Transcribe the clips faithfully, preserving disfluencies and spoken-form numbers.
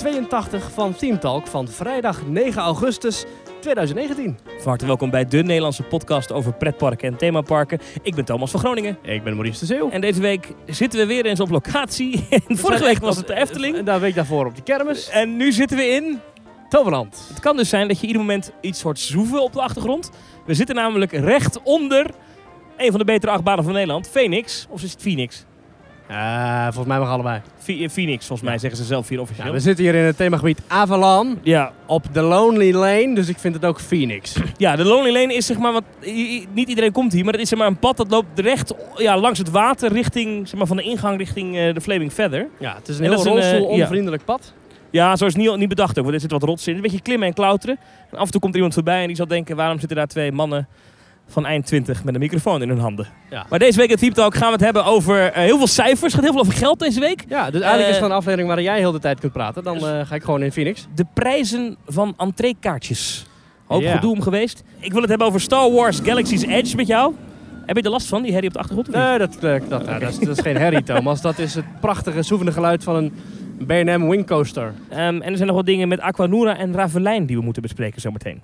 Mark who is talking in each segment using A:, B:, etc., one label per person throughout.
A: tweeëntachtig van Team Talk van vrijdag negen augustus tweeduizend negentien.
B: Van harte welkom bij de Nederlandse podcast over pretparken en themaparken. Ik ben Thomas van Groningen.
A: Ik ben Maurice de Zeeuw.
B: En deze week zitten we weer eens op locatie. En vorige week was het de Efteling.
A: En de week daarvoor op de kermis.
B: En nu zitten we in
A: Toverland.
B: Het kan dus zijn dat je ieder moment iets hoort zoeven op de achtergrond. We zitten namelijk recht onder een van de betere achtbanen van Nederland. Phoenix. Of is het Phoenix?
A: Uh, volgens mij mag allebei.
B: Phoenix, volgens mij
A: ja.
B: zeggen ze zelf hier officieel.
A: Ja, we zitten hier in het themagebied Avalon.
B: Ja.
A: Op de Lonely Lane, dus ik vind het ook Phoenix.
B: Ja, de Lonely Lane is zeg maar, wat, niet iedereen komt hier, maar het is zeg maar een pad dat loopt recht ja, langs het water richting, zeg maar van de ingang richting uh, de Flaming Feather.
A: Ja, het is een heel rolstoel-onvriendelijk uh, pad.
B: Ja, zo is het niet, niet bedacht ook, want er zit wat rots in. Een beetje klimmen en klauteren. En af en toe komt er iemand voorbij en die zal denken, waarom zitten daar twee mannen van eind twintig met een microfoon in hun handen. Ja. Maar deze week in Team Talk gaan we het hebben over uh, heel veel cijfers. Het gaat heel veel over geld deze week.
A: Ja, dus eigenlijk uh, is het een aflevering waar jij heel de tijd kunt praten. Dan uh, ga ik gewoon in Phoenix.
B: De prijzen van entreekaartjes. Hoop yeah. gedoe om geweest. Ik wil het hebben over Star Wars Galaxy's Edge met jou. Heb je er last van, die herrie op de achtergrond?
A: Nee, dat, dat, dat, okay. dat, is, dat is geen herrie, Thomas. Dat is het prachtige, soevende geluid van een B en M Wingcoaster.
B: Um, en er zijn nog wat dingen met Aquanura en Ravelijn die we moeten bespreken zometeen.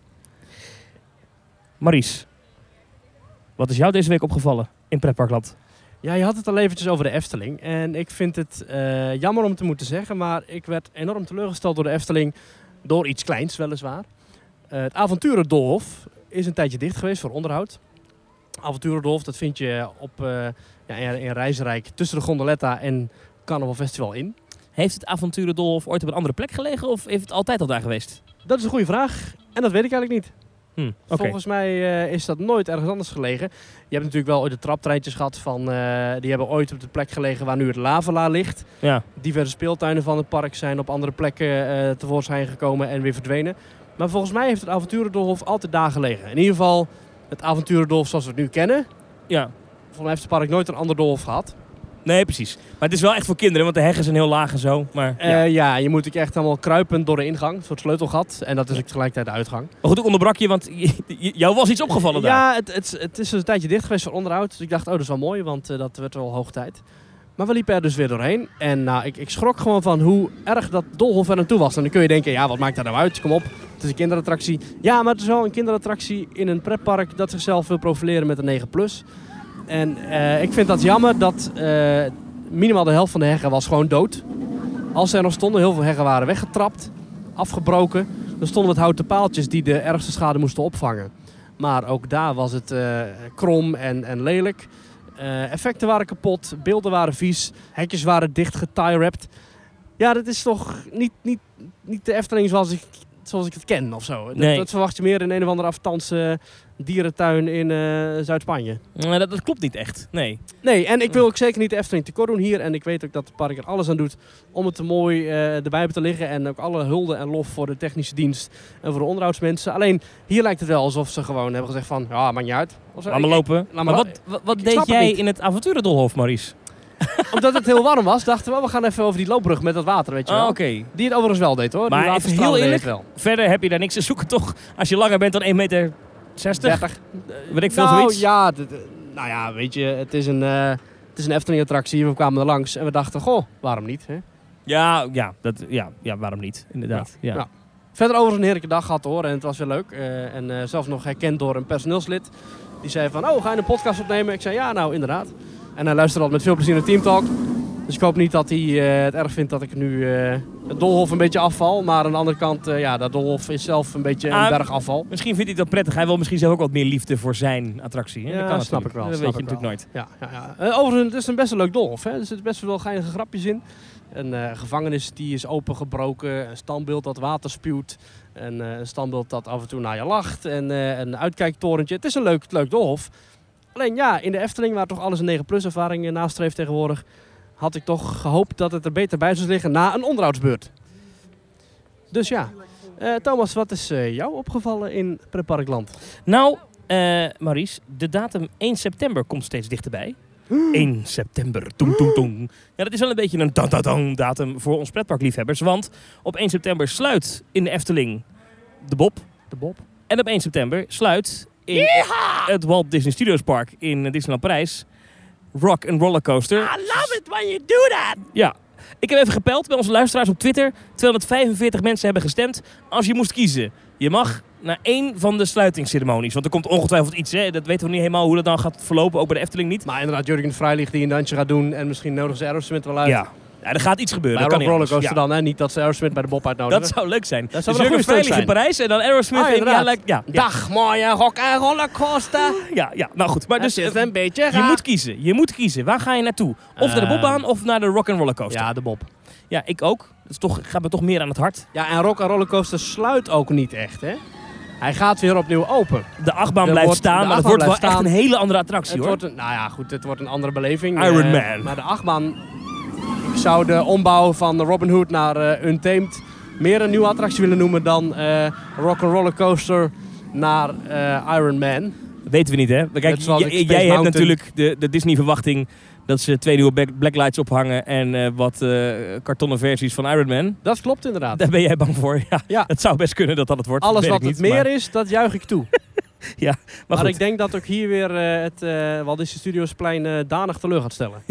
B: Maurice. Wat is jou deze week opgevallen in pretparkland?
A: Ja, je had het al eventjes over de Efteling. En ik vind het uh, jammer om te moeten zeggen, maar ik werd enorm teleurgesteld door de Efteling. Door iets kleins, weliswaar. Uh, het Avonturendolhof is een tijdje dicht geweest voor onderhoud. Avonturendolhof, dat vind je op, uh, ja, in Rijsrijk tussen de Gondoletta en Carnaval Festival in.
B: Heeft het Avonturendolhof ooit op een andere plek gelegen of heeft het altijd al daar geweest?
A: Dat is een goede vraag en dat weet ik eigenlijk niet.
B: Hmm, okay.
A: Volgens mij uh, is dat nooit ergens anders gelegen. Je hebt natuurlijk wel ooit de traptreintjes gehad van, uh, die hebben ooit op de plek gelegen waar nu het Lavela ligt.
B: Ja.
A: Diverse speeltuinen van het park zijn op andere plekken uh, tevoorschijn gekomen en weer verdwenen. Maar volgens mij heeft het Avonturendolhof altijd daar gelegen. In ieder geval het Avonturendolhof zoals we het nu kennen.
B: Ja.
A: Volgens mij heeft het park nooit een ander doolhof gehad.
B: Nee, precies. Maar het is wel echt voor kinderen, want de heggen zijn heel laag en zo. Maar,
A: uh, ja. ja, je moet echt helemaal kruipend door de ingang. Een soort sleutelgat. En dat is ook tegelijkertijd de uitgang.
B: Maar goed, ik onderbrak je, want jou was iets opgevallen daar.
A: Ja, het, het, het is een tijdje dicht geweest voor onderhoud. Dus ik dacht, oh, dat is wel mooi, want uh, dat werd wel hoog tijd. Maar we liepen er dus weer doorheen. En nou, ik, ik schrok gewoon van hoe erg dat doolhof er naartoe was. En dan kun je denken, ja, wat maakt daar nou uit? Kom op, het is een kinderattractie. Ja, maar het is wel een kinderattractie in een pretpark dat zichzelf wil profileren met een negen plus. En uh, ik vind dat jammer dat uh, minimaal de helft van de heggen was gewoon dood. Als ze er nog stonden, heel veel heggen waren weggetrapt, afgebroken. Dan stonden wat houten paaltjes die de ergste schade moesten opvangen. Maar ook daar was het uh, krom en, en lelijk. Uh, effecten waren kapot, beelden waren vies, hekjes waren dicht getie-wrapped. Ja, dat is toch niet, niet, niet de Efteling zoals ik, zoals ik het ken of zo.
B: Nee.
A: Dat, dat verwacht je meer in een of andere afstandse dierentuin in uh, Zuid-Spanje.
B: Nee, dat, dat klopt niet echt, nee.
A: Nee, en ik wil ook zeker niet de Efteling tekort doen hier. En ik weet ook dat het park er alles aan doet om het er mooi uh, erbij te liggen. En ook alle hulde en lof voor de technische dienst en voor de onderhoudsmensen. Alleen, hier lijkt het wel alsof ze gewoon hebben gezegd van, ja, maakt niet uit. Of zo.
B: Laat me lopen.
A: Ik, laat
B: maar
A: me
B: wat, wat, wat deed jij in het Avonturendolhof, Maurice?
A: Omdat het heel warm was, dachten we, we gaan even over die loopbrug met dat water, weet je wel.
B: Ah, okay.
A: Die het overigens wel deed, hoor.
B: Maar even heel eerlijk, wel. Verder heb je daar niks te zoeken, toch? Als je langer bent dan één meter zestig?
A: dertig.
B: Weet ik veel
A: nou,
B: zoiets?
A: Ja, d- d- nou ja, weet je, het is een, uh, het is een Efteling-attractie. We kwamen er langs en we dachten, goh, waarom niet? Hè?
B: Ja, ja, dat, ja, ja, waarom niet? Inderdaad. Ja. Ja.
A: Ja. Verder overigens een heerlijke dag gehad, hoor. En het was weer leuk. Uh, en uh, zelfs nog herkend door een personeelslid. Die zei van, oh, ga je een podcast opnemen? Ik zei, ja, nou, inderdaad. En hij luisterde al met veel plezier naar Team Talk. Dus ik hoop niet dat hij uh, het erg vindt dat ik nu uh, het doolhof een beetje afval. Maar aan de andere kant, uh, ja, dat doolhof is zelf een beetje een ah, berg afval.
B: Misschien vindt hij dat prettig. Hij wil misschien zelf ook wat meer liefde voor zijn attractie. Hè?
A: Ja,
B: dat kan
A: snap ik wel.
B: Dat
A: snap
B: weet je
A: ik
B: natuurlijk
A: wel.
B: nooit.
A: Ja, ja, ja. Uh, overigens, het is een best een leuk doolhof. Hè? Er zitten best wel geinige grapjes in. Een uh, gevangenis die is opengebroken. Een standbeeld dat water spuwt. En, uh, een standbeeld dat af en toe naar je lacht. En uh, een uitkijktorentje. Het is een leuk, leuk doolhof. Alleen ja, in de Efteling, waar toch alles een negen plus ervaring nastreeft tegenwoordig, had ik toch gehoopt dat het er beter bij zou liggen na een onderhoudsbeurt. Dus ja, uh, Thomas, wat is uh, jou opgevallen in pretparkland?
B: Nou, uh, Maurice, de datum één september komt steeds dichterbij. één september, toeng, toeng, toeng. Ja, dat is wel een beetje een dan, dan, dan datum voor ons pretparkliefhebbers. Want op één september sluit in de Efteling de Bob.
A: De Bob.
B: En op één september sluit in Yeehaw! Het Walt Disney Studios Park in Disneyland Parijs Rock and Roller Coaster.
A: I love it when you do that!
B: Ja. Ik heb even gepeld bij onze luisteraars op Twitter. tweehonderdvijfenveertig mensen hebben gestemd. Als je moest kiezen, je mag naar één van de sluitingsceremonies. Want er komt ongetwijfeld iets, hè. Dat weten we niet helemaal hoe dat dan gaat verlopen. Ook bij de Efteling niet.
A: Maar inderdaad, Jurgen Freilich die een dansje gaat doen. En misschien nodig ze Aerosmith wel uit.
B: Ja. Ja, er gaat iets gebeuren.
A: Bij
B: Dat
A: Rock
B: kan niet
A: Rollercoaster
B: anders.
A: dan, hè? Niet dat ze Aerosmith bij de Bob
B: Ja.
A: uitnodigen.
B: Dat zou leuk zijn.
A: Dat zou
B: dus
A: wel een
B: Jurgen
A: goede
B: Freilich in
A: zijn.
B: Parijs en dan Aerosmith
A: Ah,
B: in... Ja,
A: inderdaad.
B: lijkt- ja, ja,
A: Dag, mooie Rock en Rollercoaster.
B: ja, ja, nou goed. Maar
A: Dus
B: dus
A: is
B: eh,
A: een beetje
B: je
A: raar.
B: moet kiezen. Je moet kiezen. Waar ga je naartoe? Of naar de
A: Ehm,
B: Bobbaan of naar de Rock and Rollercoaster.
A: Ja, de Bob.
B: Ja, ik ook. Dat is toch, gaat me toch meer aan het hart.
A: Ja, en Rock en Rollercoaster sluit ook niet echt, hè? Hij gaat weer opnieuw open.
B: De achtbaan
A: Er
B: blijft
A: wordt-
B: staan,
A: de
B: maar het
A: achtbaan
B: wordt wel
A: blijft
B: echt
A: staan.
B: een hele andere attractie,
A: Het
B: hoor.
A: wordt een, nou ja, goed, het wordt een andere beleving.
B: Iron
A: Eh,
B: Man.
A: Maar de achtbaan... Ik zou de ombouw van Robin Hood naar eh, Untamed meer een nieuwe attractie willen noemen dan eh Rock and Rollercoaster naar eh, Iron Man.
B: Dat weten we niet, hè? Kijk,
A: Net zoals
B: j-
A: ik
B: jij
A: Space
B: hebt
A: Mountain.
B: natuurlijk de, de Disney-verwachting dat ze twee nieuwe back- blacklights ophangen en eh, wat eh, kartonnen versies van Iron Man.
A: Dat klopt inderdaad.
B: Daar ben jij bang voor. Ja,
A: Ja.
B: het zou best kunnen dat dat het wordt.
A: Alles
B: weet
A: wat
B: ik
A: het
B: niet,
A: meer
B: maar-
A: is, dat juich ik toe.
B: Ja, maar,
A: Maar,
B: goed.
A: ik denk dat ook hier weer eh, het eh Walt Disney Studiosplein eh danig teleur gaat stellen.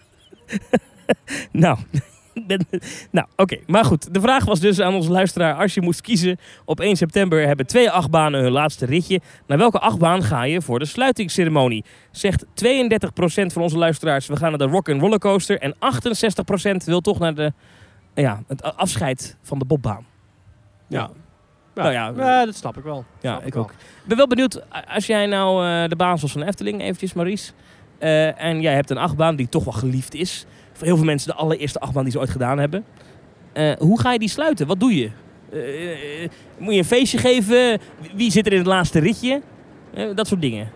B: Nou, ik ben- nou oké. Maar goed, de vraag was dus aan onze luisteraar. Als je moest kiezen, op één september hebben twee achtbanen hun laatste ritje. Naar welke achtbaan ga je voor de sluitingsceremonie? Zegt tweeëndertig procent van onze luisteraars, we gaan naar de Rock and Rollercoaster. En achtenzestig procent wil toch naar de, ja, het a- afscheid van de Bobbaan.
A: Ja.
B: Nou ja,
A: ja, dat snap ik wel.
B: Ja,
A: Snap
B: ik
A: wel.
B: ook. Ik ben wel benieuwd, als jij nou eh, de baan was van Efteling, eventjes Maurice. eh, en jij hebt een achtbaan die toch wel geliefd is. Voor heel veel mensen de allereerste achtbaan die ze ooit gedaan hebben. Eh, hoe ga je die sluiten? Wat doe je? Eh, eh, moet je een feestje geven? Wie zit er in het laatste ritje? Eh, dat soort dingen.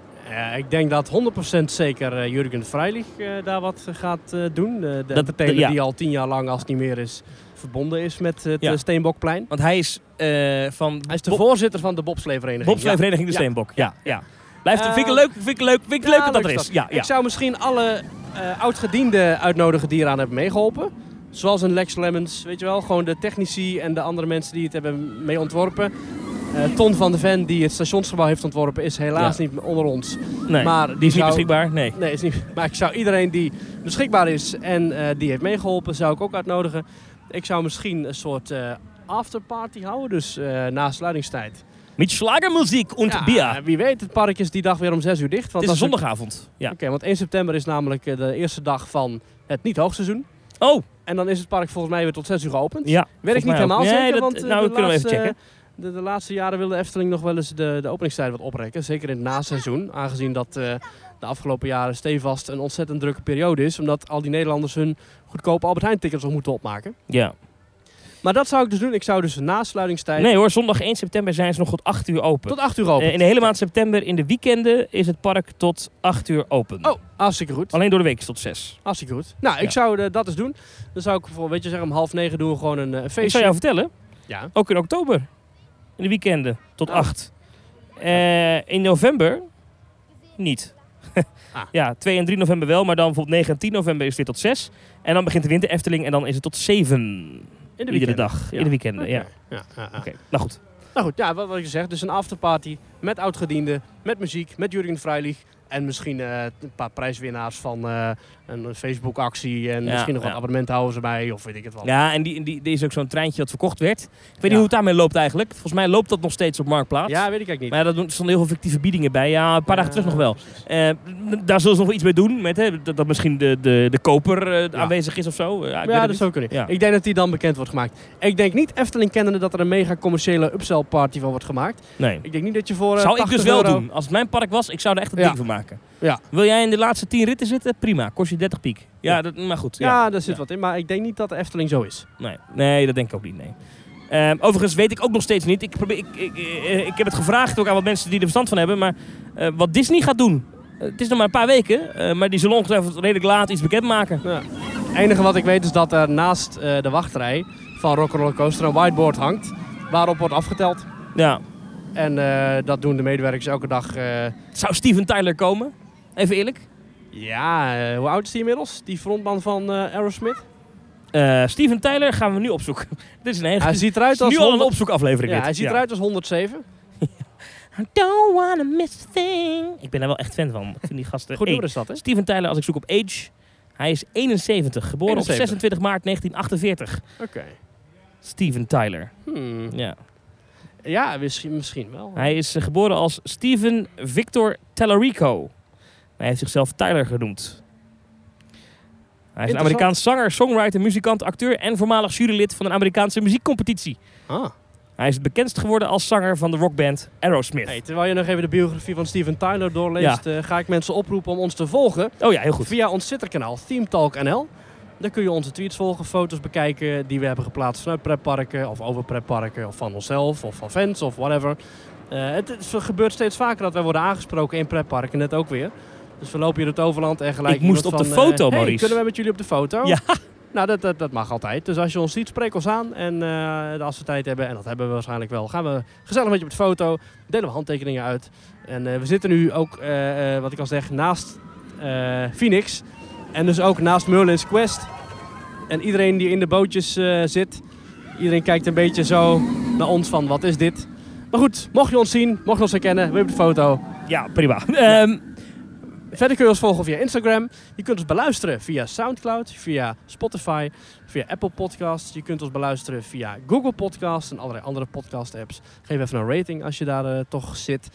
A: Eh, ik denk dat honderd procent zeker eh, Jurgen Freilich eh, daar wat gaat eh, doen. De, de
B: Dat-
A: entertainer
B: ja.
A: die al tien jaar lang, als het niet meer is, verbonden is met het
B: Ja.
A: eh, Steenbokplein.
B: Want hij is eh, van
A: Hij is de
B: Bob-
A: voorzitter van de bobsleevereniging.
B: Bobsleevereniging de
A: Ja.
B: Steenbok. Ja, ja. Blijft,
A: Eh,
B: vind ik leuk, vind ik leuk, vind ik
A: Ja,
B: leuk dat dat er
A: leuk
B: is. Ja, ja.
A: Ik zou misschien alle uh, oud-gedienden uitnodigen die eraan hebben meegeholpen. Zoals een Lex Lemmens, weet je wel. Gewoon de technici en de andere mensen die het hebben mee ontworpen. Uh, Ton van de Ven, die het stationsgebouw heeft ontworpen, is helaas
B: Ja.
A: niet onder ons.
B: Nee,
A: maar
B: die is
A: die
B: niet
A: zou-
B: beschikbaar. Nee.
A: Nee, is niet. Maar ik zou iedereen die beschikbaar is en uh, die heeft meegeholpen, zou ik ook uitnodigen. Ik zou misschien een soort uh, afterparty houden, dus uh, na sluitingstijd.
B: Met Schlagermuziek en
A: Ja,
B: Bier.
A: wie weet, het park is die dag weer om zes uur dicht. Want
B: Het is een
A: als ik-
B: zondagavond. Ja.
A: Oké, want één september is namelijk uh, de eerste dag van het niet-hoogseizoen.
B: Oh,
A: En dan is het park volgens mij weer tot zes uur geopend.
B: ja.
A: Weet ik niet
B: volgens mij ook.
A: helemaal
B: Nee,
A: zeker,
B: dat-
A: want uh,
B: nou,
A: de,
B: we kunnen we
A: laatste,
B: even checken.
A: de, de laatste jaren wilde Efteling nog wel eens de, de openingstijd wat oprekken. Zeker in het naseizoen, aangezien dat uh, de afgelopen jaren stevast een ontzettend drukke periode is. Omdat al die Nederlanders hun goedkope Albert Heijn tickets nog moeten opmaken.
B: Ja.
A: Maar dat zou ik dus doen. Ik zou dus na sluitingstijd
B: Nee hoor, zondag één september zijn ze nog tot acht uur open.
A: tot acht uur open.
B: Eh, in de hele maand september, in de weekenden, is het park tot acht uur open.
A: Oh, hartstikke goed.
B: Alleen door de week is tot zes.
A: Hartstikke goed. Nou, ik
B: Ja.
A: zou uh, dat eens doen. Dan zou ik voor, weet je zeggen, om half negen doen we gewoon een, uh, een
B: Ik
A: feestje.
B: zou jou vertellen,
A: Ja.
B: ook in oktober. In de weekenden, tot
A: Oh.
B: acht. Eh, in november niet.
A: Ah.
B: Ja, twee en drie november wel, maar dan bijvoorbeeld negen en tien november is het weer tot zes. En dan begint de winter Efteling en dan is het tot zeven.
A: In de
B: Iedere
A: weekenden.
B: dag,
A: Ja.
B: in de weekenden,
A: Oké.
B: ja.
A: Ja, ja, ja.
B: Oké, nou goed.
A: Nou goed, ja, wat, wat je zegt. Dus een afterparty met oud-gedienden, met muziek, met Jurgen Freilich. En misschien uh, een paar prijswinnaars van uh, een Facebook-actie. En
B: Ja,
A: misschien nog wat
B: ja.
A: abonnementhouders erbij, of weet ik het wel.
B: Ja, en die, die, die is ook zo'n treintje dat verkocht werd. Ik weet niet
A: Ja.
B: hoe het daarmee loopt eigenlijk. Volgens mij loopt dat nog steeds op Marktplaats.
A: Ja, weet ik eigenlijk niet.
B: Maar ja, daar stonden heel veel fictieve biedingen bij. Ja, een paar dagen
A: Ja,
B: terug nog wel.
A: precies.
B: Eh, daar zullen ze nog wel iets mee doen. Met, hè, dat, dat misschien de, de, de koper eh,
A: Ja.
B: aanwezig is of zo. Ja, ik weet
A: Ja,
B: het
A: dat
B: niet.
A: zou kunnen.
B: Ja.
A: Ik denk dat die dan bekend wordt gemaakt. Ik denk niet, Efteling kennende, dat er een mega commerciële upsell party van wordt gemaakt.
B: Nee.
A: Ik denk niet dat je voor uh,
B: Zou ik
A: tachtig
B: dus wel
A: euro...
B: doen. Als het mijn park was, ik zou er echt een
A: Ja.
B: ding van maken.
A: Ja.
B: Wil jij in de laatste tien ritten zitten? Prima. Kost je dertig piek. Ja,
A: Ja.
B: Dat, maar goed.
A: Ja,
B: Ja.
A: daar zit
B: Ja.
A: wat in. Maar ik denk niet dat de Efteling zo is.
B: Nee. nee, dat denk ik ook niet. Nee. Ehm, overigens weet ik ook nog steeds niet. Ik, probeer, ik, ik, eh, ik heb het gevraagd ook aan wat mensen die er verstand van hebben. Maar eh, wat Disney gaat doen. Eh, het is nog maar een paar weken. eh, maar die zullen ongetwijfeld redelijk laat iets bekendmaken.
A: Ja. Het enige wat ik weet is dat er naast uh, de wachtrij van Rock 'n' Roller Coaster een whiteboard hangt. Waarop wordt afgeteld.
B: Ja.
A: En uh, dat doen de medewerkers elke dag. Uh...
B: Zou Steven Tyler komen? Even eerlijk.
A: Ja, uh, hoe oud is die inmiddels? Die frontman van uh, Aerosmith?
B: Uh, Steven Tyler gaan we nu opzoeken. Dit is een hele...
A: Hij ziet eruit als
B: nu al een
A: honderd...
B: opzoekaflevering.
A: Ja,
B: dit.
A: hij ziet eruit als honderdzeven.
B: I don't wanna miss a thing. Ik ben daar wel echt fan van. Ik vind die gasten...
A: Goed
B: Hey,
A: nummer is dat, hè?
B: Steven Tyler, als ik zoek op Age. Hij is eenenzeventig, geboren
A: eenenzeventig.
B: op zesentwintig maart negentien achtenveertig.
A: Oké. Okay.
B: Steven Tyler.
A: Hmm.
B: Ja.
A: Ja, misschien, misschien wel.
B: Hij is uh, geboren als Steven Victor Tallarico. Hij heeft zichzelf Tyler genoemd. Hij is een Amerikaans zanger, songwriter, muzikant, acteur en voormalig jurylid van een Amerikaanse muziekcompetitie.
A: Ah.
B: Hij is het bekendst geworden als zanger van de rockband Aerosmith.
A: Hey, terwijl je nog even de biografie van Steven Tyler doorleest, ja. uh, ga ik mensen oproepen om ons te volgen.
B: Oh ja, heel goed.
A: Via ons Twitter-kanaal, Theme Talk N L. Daar kun je onze tweets volgen, foto's bekijken die we hebben geplaatst vanuit pretparken of over pretparken of van onszelf of van fans of whatever. Uh, het, het gebeurt steeds vaker dat wij worden aangesproken in pretparken, net ook weer. Dus we lopen hier door het overland en gelijk
B: Ik moest op
A: van,
B: de foto,
A: uh, hey,
B: Maurice.
A: Kunnen we met jullie op de foto?
B: Ja.
A: Nou, dat, dat, dat mag altijd. Dus als je ons ziet, spreek ons aan. En uh, als we tijd hebben, en dat hebben we waarschijnlijk wel, gaan we gezellig met je op de foto. Delen we handtekeningen uit. En uh, we zitten nu ook, uh, uh, wat ik al zeg, naast uh, Phoenix. En dus ook naast Merlin's Quest. En iedereen die in de bootjes uh, zit, iedereen kijkt een beetje zo naar ons van, wat is dit? Maar goed, mocht je ons zien, mocht je ons herkennen, wil je op de foto.
B: Ja, prima. Ja. Um,
A: Verder kun je ons volgen via Instagram. Je kunt ons beluisteren via Soundcloud, via Spotify, via Apple Podcasts. Je kunt ons beluisteren via Google Podcasts en allerlei andere podcast apps. Geef even een rating als je daar uh, toch zit.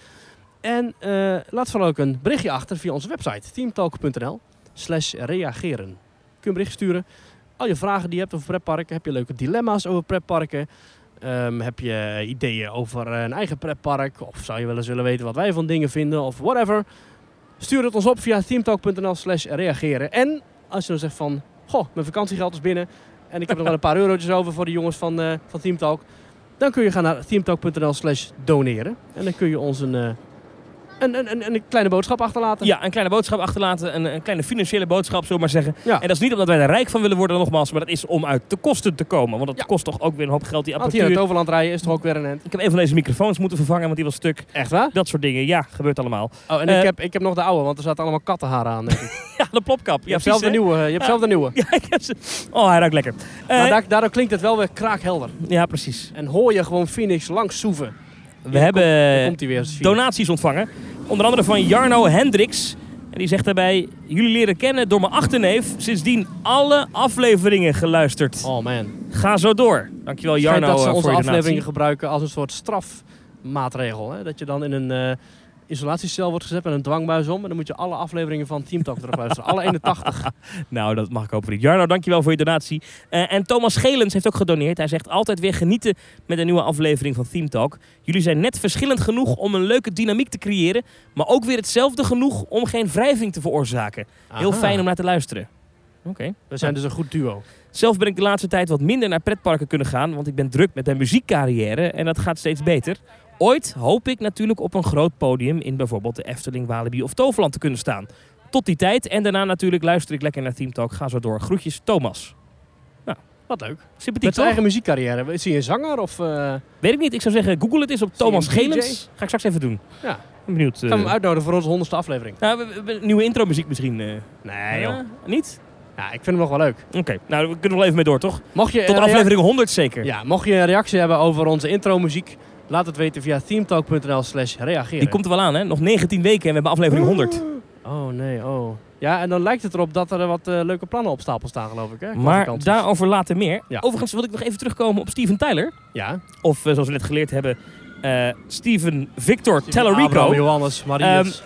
A: En uh, laat vooral ook een berichtje achter via onze website teamtalk.nl slash reageren. Kun je een bericht sturen. Al je vragen die je hebt over pretparken. Heb je leuke dilemma's over pretparken? Um, heb je ideeën over een eigen pretpark? Of zou je wel eens willen weten wat wij van dingen vinden? Of whatever. Stuur het ons op via teamtalk.nl slash reageren. En als je dan zegt van, goh, mijn vakantiegeld is binnen en ik heb nog wel een paar eurotjes over voor de jongens van, uh, van Teamtalk. Dan kun je gaan naar teamtalk.nl slash doneren. En dan kun je ons een, uh, een, een, een, een kleine boodschap achterlaten.
B: Ja, een kleine boodschap achterlaten. Een, een kleine financiële boodschap, zullen we maar zeggen.
A: Ja.
B: En dat is niet omdat wij er rijk van willen worden nogmaals, maar dat is om uit de kosten te komen. Want dat
A: ja.
B: kost toch ook weer een hoop geld, die
A: Want
B: apparatuur.
A: hier in het overland rijden is toch ook weer een end.
B: Ik heb een van deze microfoons moeten vervangen, want die was stuk.
A: Echt waar?
B: Dat soort dingen, ja, gebeurt allemaal.
A: Oh, en
B: uh,
A: ik, heb, ik heb nog de oude, want er zaten allemaal kattenharen aan, denk ik.
B: Ja, de plopkap.
A: Je
B: Ja,
A: hebt zelf de nieuwe. Je hebt
B: ja.
A: zelf de nieuwe.
B: Ja, ik heb ze. Oh, hij ruikt lekker. Uh,
A: Maar da- daardoor klinkt het wel weer kraakhelder.
B: Ja, precies.
A: En hoor je gewoon Phoenix langs soeven.
B: We ja, hebben
A: komt, komt weer,
B: donaties ontvangen. Onder andere van Jarno Hendricks. En die zegt daarbij, jullie leren kennen door mijn achterneef. Sindsdien alle afleveringen geluisterd.
A: Oh man.
B: Ga zo door. Dankjewel Jarno
A: dat ze
B: voor
A: onze
B: je
A: afleveringen
B: donatie.
A: gebruiken als een soort strafmaatregel. Hè? Dat je dan in een uh, isolatiecel wordt gezet met een dwangbuis om. En dan moet je alle afleveringen van Team Talk terug luisteren. Alle eenentachtig.
B: Nou, dat mag ik hopen niet. Jarno, dankjewel voor je donatie. Uh, en Thomas Gelens heeft ook gedoneerd. Hij zegt altijd weer genieten met een nieuwe aflevering van Theme Talk. Jullie zijn net verschillend genoeg om een leuke dynamiek te creëren. Maar ook weer hetzelfde genoeg om geen wrijving te veroorzaken. Heel
A: Aha.
B: fijn om naar te luisteren. Oké. Okay.
A: We zijn dus een goed duo.
B: Zelf ben ik de laatste tijd wat minder naar pretparken kunnen gaan. Want ik ben druk met mijn muziekcarrière. En dat gaat steeds beter. Ooit hoop ik natuurlijk op een groot podium in bijvoorbeeld de Efteling, Walibi of Toverland te kunnen staan. Tot die tijd. En daarna natuurlijk luister ik lekker naar Theme Talk. Ga zo door. Groetjes, Thomas. Nou,
A: wat leuk.
B: Sympathiek,
A: met zijn
B: toch?
A: eigen muziekcarrière. Is hij een zanger of... Uh...
B: Weet ik niet. Ik zou zeggen, google het eens op Thomas Gelens. Ga ik straks even doen.
A: Ja.
B: Ben benieuwd.
A: Gaan we hem uitnodigen voor onze honderdste aflevering?
B: Nou, we, we, we, nieuwe intro muziek misschien. Uh.
A: Nee joh.
B: Uh, niet?
A: Ja, ik vind hem nog wel leuk.
B: Oké, okay. Nou, we kunnen er wel even mee door, toch?
A: Mocht je,
B: Tot
A: uh,
B: aflevering honderd zeker.
A: Ja, mocht je een reactie hebben over onze intro muziek, laat het weten via teamtalk.nl slash reageren.
B: Die komt er wel aan, hè? Nog negentien weken en we hebben aflevering honderd.
A: Oh nee, oh. Ja, en dan lijkt het erop dat er wat uh, leuke plannen op stapel staan, geloof ik. Hè?
B: Maar daarover later meer.
A: Ja.
B: Overigens wil ik nog even terugkomen op Steven Tyler.
A: Ja.
B: Of uh, zoals we net geleerd hebben, uh, Steven Victor
A: Steven
B: Tallarico.
A: Abraham, Johannes, Marius.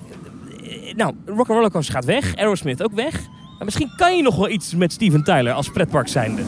B: Um, nou, Rock'n'Roller Coaster gaat weg. Aerosmith ook weg. Maar misschien kan je nog wel iets met Steven Tyler als pretpark zijnde.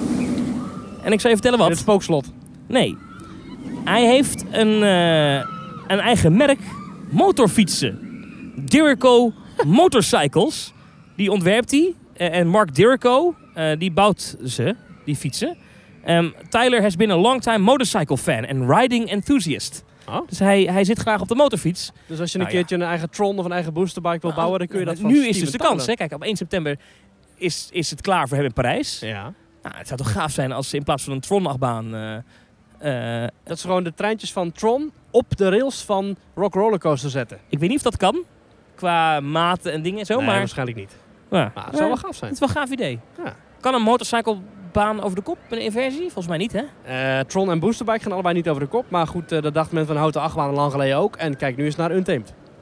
B: En ik zal je vertellen wat.
A: In het spookslot.
B: Nee. Hij heeft een, uh, een eigen merk motorfietsen. Dirico Motorcycles. Die ontwerpt hij. Uh, en Mark Dirico, uh, die bouwt ze, die fietsen. Um, Tyler has been a long time motorcycle fan and riding enthusiast.
A: Oh.
B: Dus hij, hij zit graag op de motorfiets.
A: Dus als je een
B: nou,
A: keertje ja. een eigen Tron of een eigen boosterbike wil bouwen, dan kun je dat van
B: Nu
A: Steven
B: is dus de
A: Tyler.
B: kans. Hè? Kijk, op één september is, is het klaar voor hem in Parijs.
A: Ja.
B: Nou, het zou toch gaaf zijn als ze in plaats van een Tron-achtbaan... Uh, uh,
A: dat ze gewoon de treintjes van Tron op de rails van Rock Roller Coaster zetten.
B: Ik weet niet of dat kan. Qua maten en dingen en zo.
A: Nee,
B: maar
A: waarschijnlijk niet.
B: Ja.
A: Maar het zou wel gaaf zijn.
B: Het is wel een gaaf idee.
A: Ja.
B: Kan een motorcyclebaan over de kop met een inversie? Volgens mij niet, hè?
A: Uh, Tron en Boosterbike gaan allebei niet over de kop. Maar goed, uh, dat dacht men van houten achtbanen lang geleden ook. En kijk nu eens naar Untamed.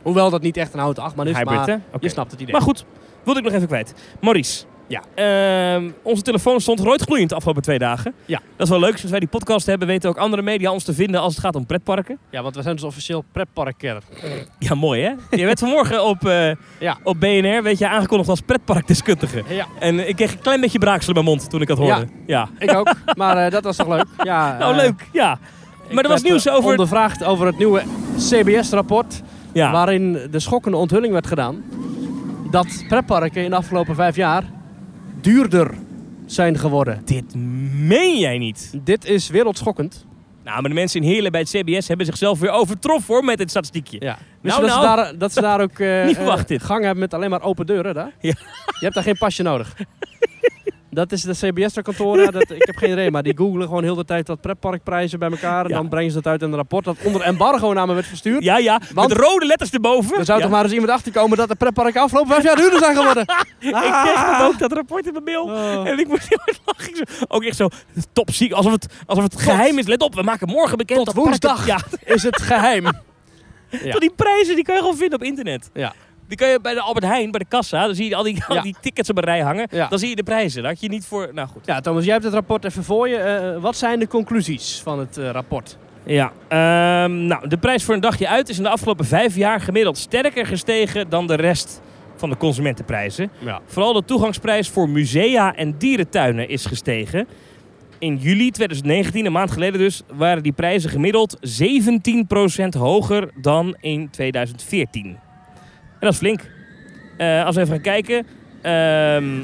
A: Hoewel dat niet echt een houten achtbaan is,
B: Hybrid,
A: maar
B: hè? Okay.
A: je snapt het idee.
B: Maar goed, wilde ik nog even kwijt. Maurice.
A: Ja.
B: Uh, onze telefoon stond roodgloeiend de afgelopen twee dagen.
A: Ja.
B: Dat is wel leuk. Sinds wij die podcast hebben, weten ook andere media ons te vinden als het gaat om pretparken.
A: Ja, want we zijn dus officieel pretparker.
B: Ja, mooi hè? Je werd vanmorgen op, uh,
A: ja.
B: op B N R weet je, aangekondigd als pretparkdeskundige.
A: Ja.
B: En ik kreeg een klein beetje braaksel in mijn mond toen ik dat hoorde.
A: Ja,
B: ja.
A: ik ook. Maar uh, dat was toch leuk? Ja,
B: nou,
A: uh,
B: leuk. Ja. Maar er was
A: werd,
B: nieuws
A: uh,
B: over...
A: ondervraagd over het nieuwe C B S-rapport.
B: Ja.
A: Waarin de schokkende onthulling werd gedaan dat pretparken in de afgelopen vijf jaar duurder zijn geworden.
B: Dit meen jij niet?
A: Dit is wereldschokkend.
B: Nou, maar de mensen in Heerlen bij het C B S hebben zichzelf weer overtroffen hoor met dit statistiekje.
A: Ja. Dus
B: nou,
A: dat,
B: nou.
A: Ze daar, dat ze daar ook uh,
B: Niet verwacht dit.
A: uh, gang hebben met alleen maar open deuren daar.
B: Ja.
A: Je hebt daar geen pasje nodig. Dat is de C B S-kantoor. Ja, dat, ik heb geen idee, maar die googelen gewoon heel de tijd wat pretparkprijzen bij elkaar. En
B: ja.
A: dan brengen ze dat uit in een rapport dat onder embargo naar me werd verstuurd.
B: Ja, ja.
A: Want
B: met rode letters erboven.
A: Er zou
B: ja.
A: toch maar eens iemand achterkomen dat de pretparken afgelopen vijf jaar duurder zijn geworden.
B: Ah. Ik kreeg dat ook, dat rapport in mijn mail.
A: Oh.
B: En ik moest heel erg lachen. Zo, ook echt zo top ziek, alsof het, alsof het geheim is. Let op, we maken morgen bekend.
A: Tot
B: dat
A: woensdag
B: parken,
A: ja. is het geheim. Ja.
B: Tot die prijzen, die kan je gewoon vinden op internet.
A: Ja.
B: Die kan je bij de Albert Heijn, bij de kassa, dan zie je al die, al
A: Ja.
B: die tickets op een rij hangen.
A: Ja.
B: Dan zie je de prijzen. Dat had je niet voor... Nou goed.
A: Ja, Thomas, jij hebt het rapport even voor je. Uh, wat zijn de conclusies van het uh, rapport?
B: Ja, um, nou, de prijs voor een dagje uit is in de afgelopen vijf jaar gemiddeld sterker gestegen dan de rest van de consumentenprijzen.
A: Ja.
B: Vooral de toegangsprijs voor musea en dierentuinen is gestegen. In juli twintig negentien, een maand geleden dus, waren die prijzen gemiddeld zeventien procent hoger dan in tweeduizend veertien. En dat is flink. Uh, als we even gaan kijken. Um,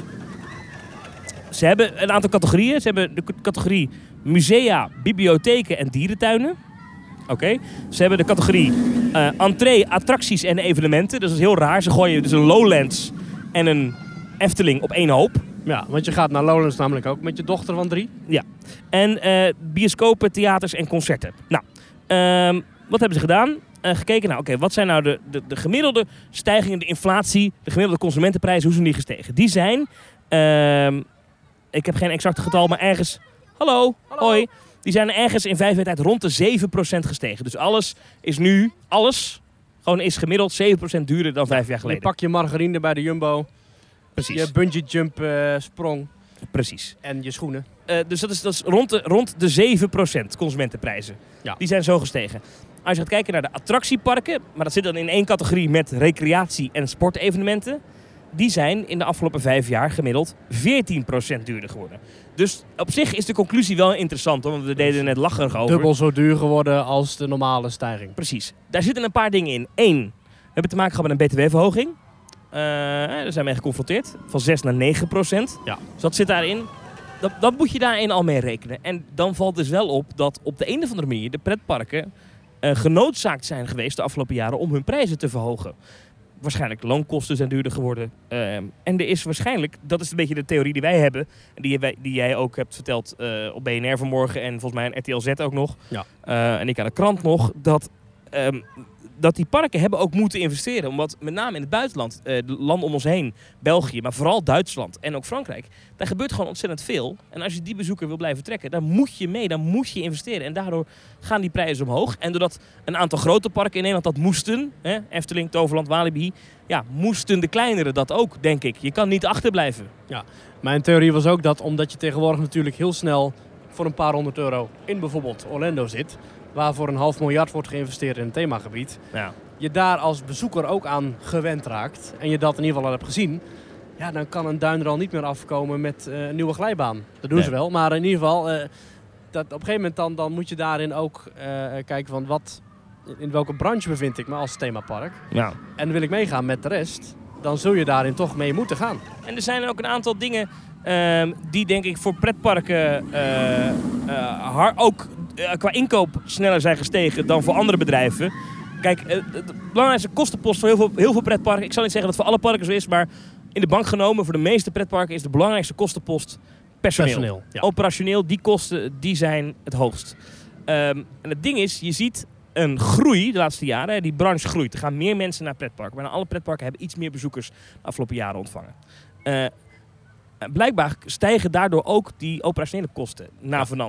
B: ze hebben een aantal categorieën. Ze hebben de categorie musea, bibliotheken en dierentuinen. Oké. Okay. Ze hebben de categorie uh, entree, attracties en evenementen. Dus dat is heel raar. Ze gooien dus een Lowlands en een Efteling op één hoop.
A: Ja, want je gaat naar Lowlands namelijk ook met je dochter van drie.
B: Ja. En uh, bioscopen, theaters en concerten. Nou, um, wat hebben ze gedaan? Uh, gekeken, nou oké, okay, wat zijn nou de, de, de gemiddelde stijgingen, de inflatie, de gemiddelde consumentenprijzen, hoe zijn die gestegen? Die zijn, uh, ik heb geen exacte getal, maar ergens, hallo,
A: hallo,
B: hoi, die zijn ergens in vijf jaar tijd rond de zeven procent gestegen. Dus alles is nu, alles, gewoon is gemiddeld zeven procent duurder dan vijf jaar geleden.
A: Je pak je margarine bij de Jumbo,
B: precies.
A: Je bungee jump uh, sprong.
B: Precies.
A: En je schoenen.
B: Uh, dus dat is, dat is rond, de, rond de zeven procent consumentenprijzen. Ja. Die zijn zo gestegen. Als je gaat kijken naar de attractieparken, maar dat zit dan in één categorie met recreatie- en sportevenementen. Die zijn in de afgelopen vijf jaar gemiddeld veertien procent duurder geworden. Dus op zich is de conclusie wel interessant, hoor, want we deden er net lacherig over.
A: Dubbel zo duur geworden als de normale stijging.
B: Precies. Daar zitten een paar dingen in. Eén, we hebben te maken gehad met een B T W-verhoging. Uh, daar zijn we mee geconfronteerd. Van zes naar negen procent.
A: Ja.
B: Dus dat zit daarin. Dat, dat moet je daarin al mee rekenen. En dan valt dus wel op dat op de een of andere manier de pretparken uh, genoodzaakt zijn geweest de afgelopen jaren om hun prijzen te verhogen. Waarschijnlijk loonkosten zijn duurder geworden. Uh, en er is waarschijnlijk, dat is een beetje de theorie die wij hebben, die, wij, die jij ook hebt verteld uh, op B N R vanmorgen en volgens mij aan R T L Z ook nog.
A: Ja.
B: Uh, en ik aan de krant nog, dat... Um, dat die parken hebben ook moeten investeren. Omdat met name in het buitenland, uh, de landen om ons heen, België, maar vooral Duitsland en ook Frankrijk, daar gebeurt gewoon ontzettend veel. En als je die bezoeker wil blijven trekken, dan moet je mee, dan moet je investeren. En daardoor gaan die prijzen omhoog. En doordat een aantal grote parken in Nederland dat moesten, hè, Efteling, Toverland, Walibi, ja, moesten de kleinere dat ook, denk ik. Je kan niet achterblijven.
A: Ja, mijn theorie was ook dat omdat je tegenwoordig natuurlijk heel snel voor een paar honderd euro in bijvoorbeeld Orlando zit, waar voor een half miljard wordt geïnvesteerd in een themagebied,
B: ja.
A: je daar als bezoeker ook aan gewend raakt en je dat in ieder geval al hebt gezien, ja, dan kan een duin er al niet meer afkomen met uh, een nieuwe glijbaan. Dat doen nee. ze wel, maar in ieder geval, uh, dat op een gegeven moment dan, dan moet je daarin ook uh, kijken van wat, in welke branche bevind ik me als themapark.
B: Ja.
A: En wil ik meegaan met de rest, dan zul je daarin toch mee moeten gaan.
B: En er zijn ook een aantal dingen uh, die denk ik voor pretparken uh, uh, har- ook uh, qua inkoop sneller zijn gestegen dan voor andere bedrijven. Kijk, uh, de belangrijkste kostenpost voor heel veel, heel veel pretparken, ik zal niet zeggen dat het voor alle parken zo is, maar in de bank genomen voor de meeste pretparken is de belangrijkste kostenpost personeel. personeel ja. Operationeel, die kosten die zijn het hoogst. Um, en het ding is, je ziet een groei de laatste jaren. Die branche groeit. Er gaan meer mensen naar pretparken. Maar alle pretparken hebben iets meer bezoekers de afgelopen jaren ontvangen. Uh, blijkbaar stijgen daardoor ook die operationele kosten navenant.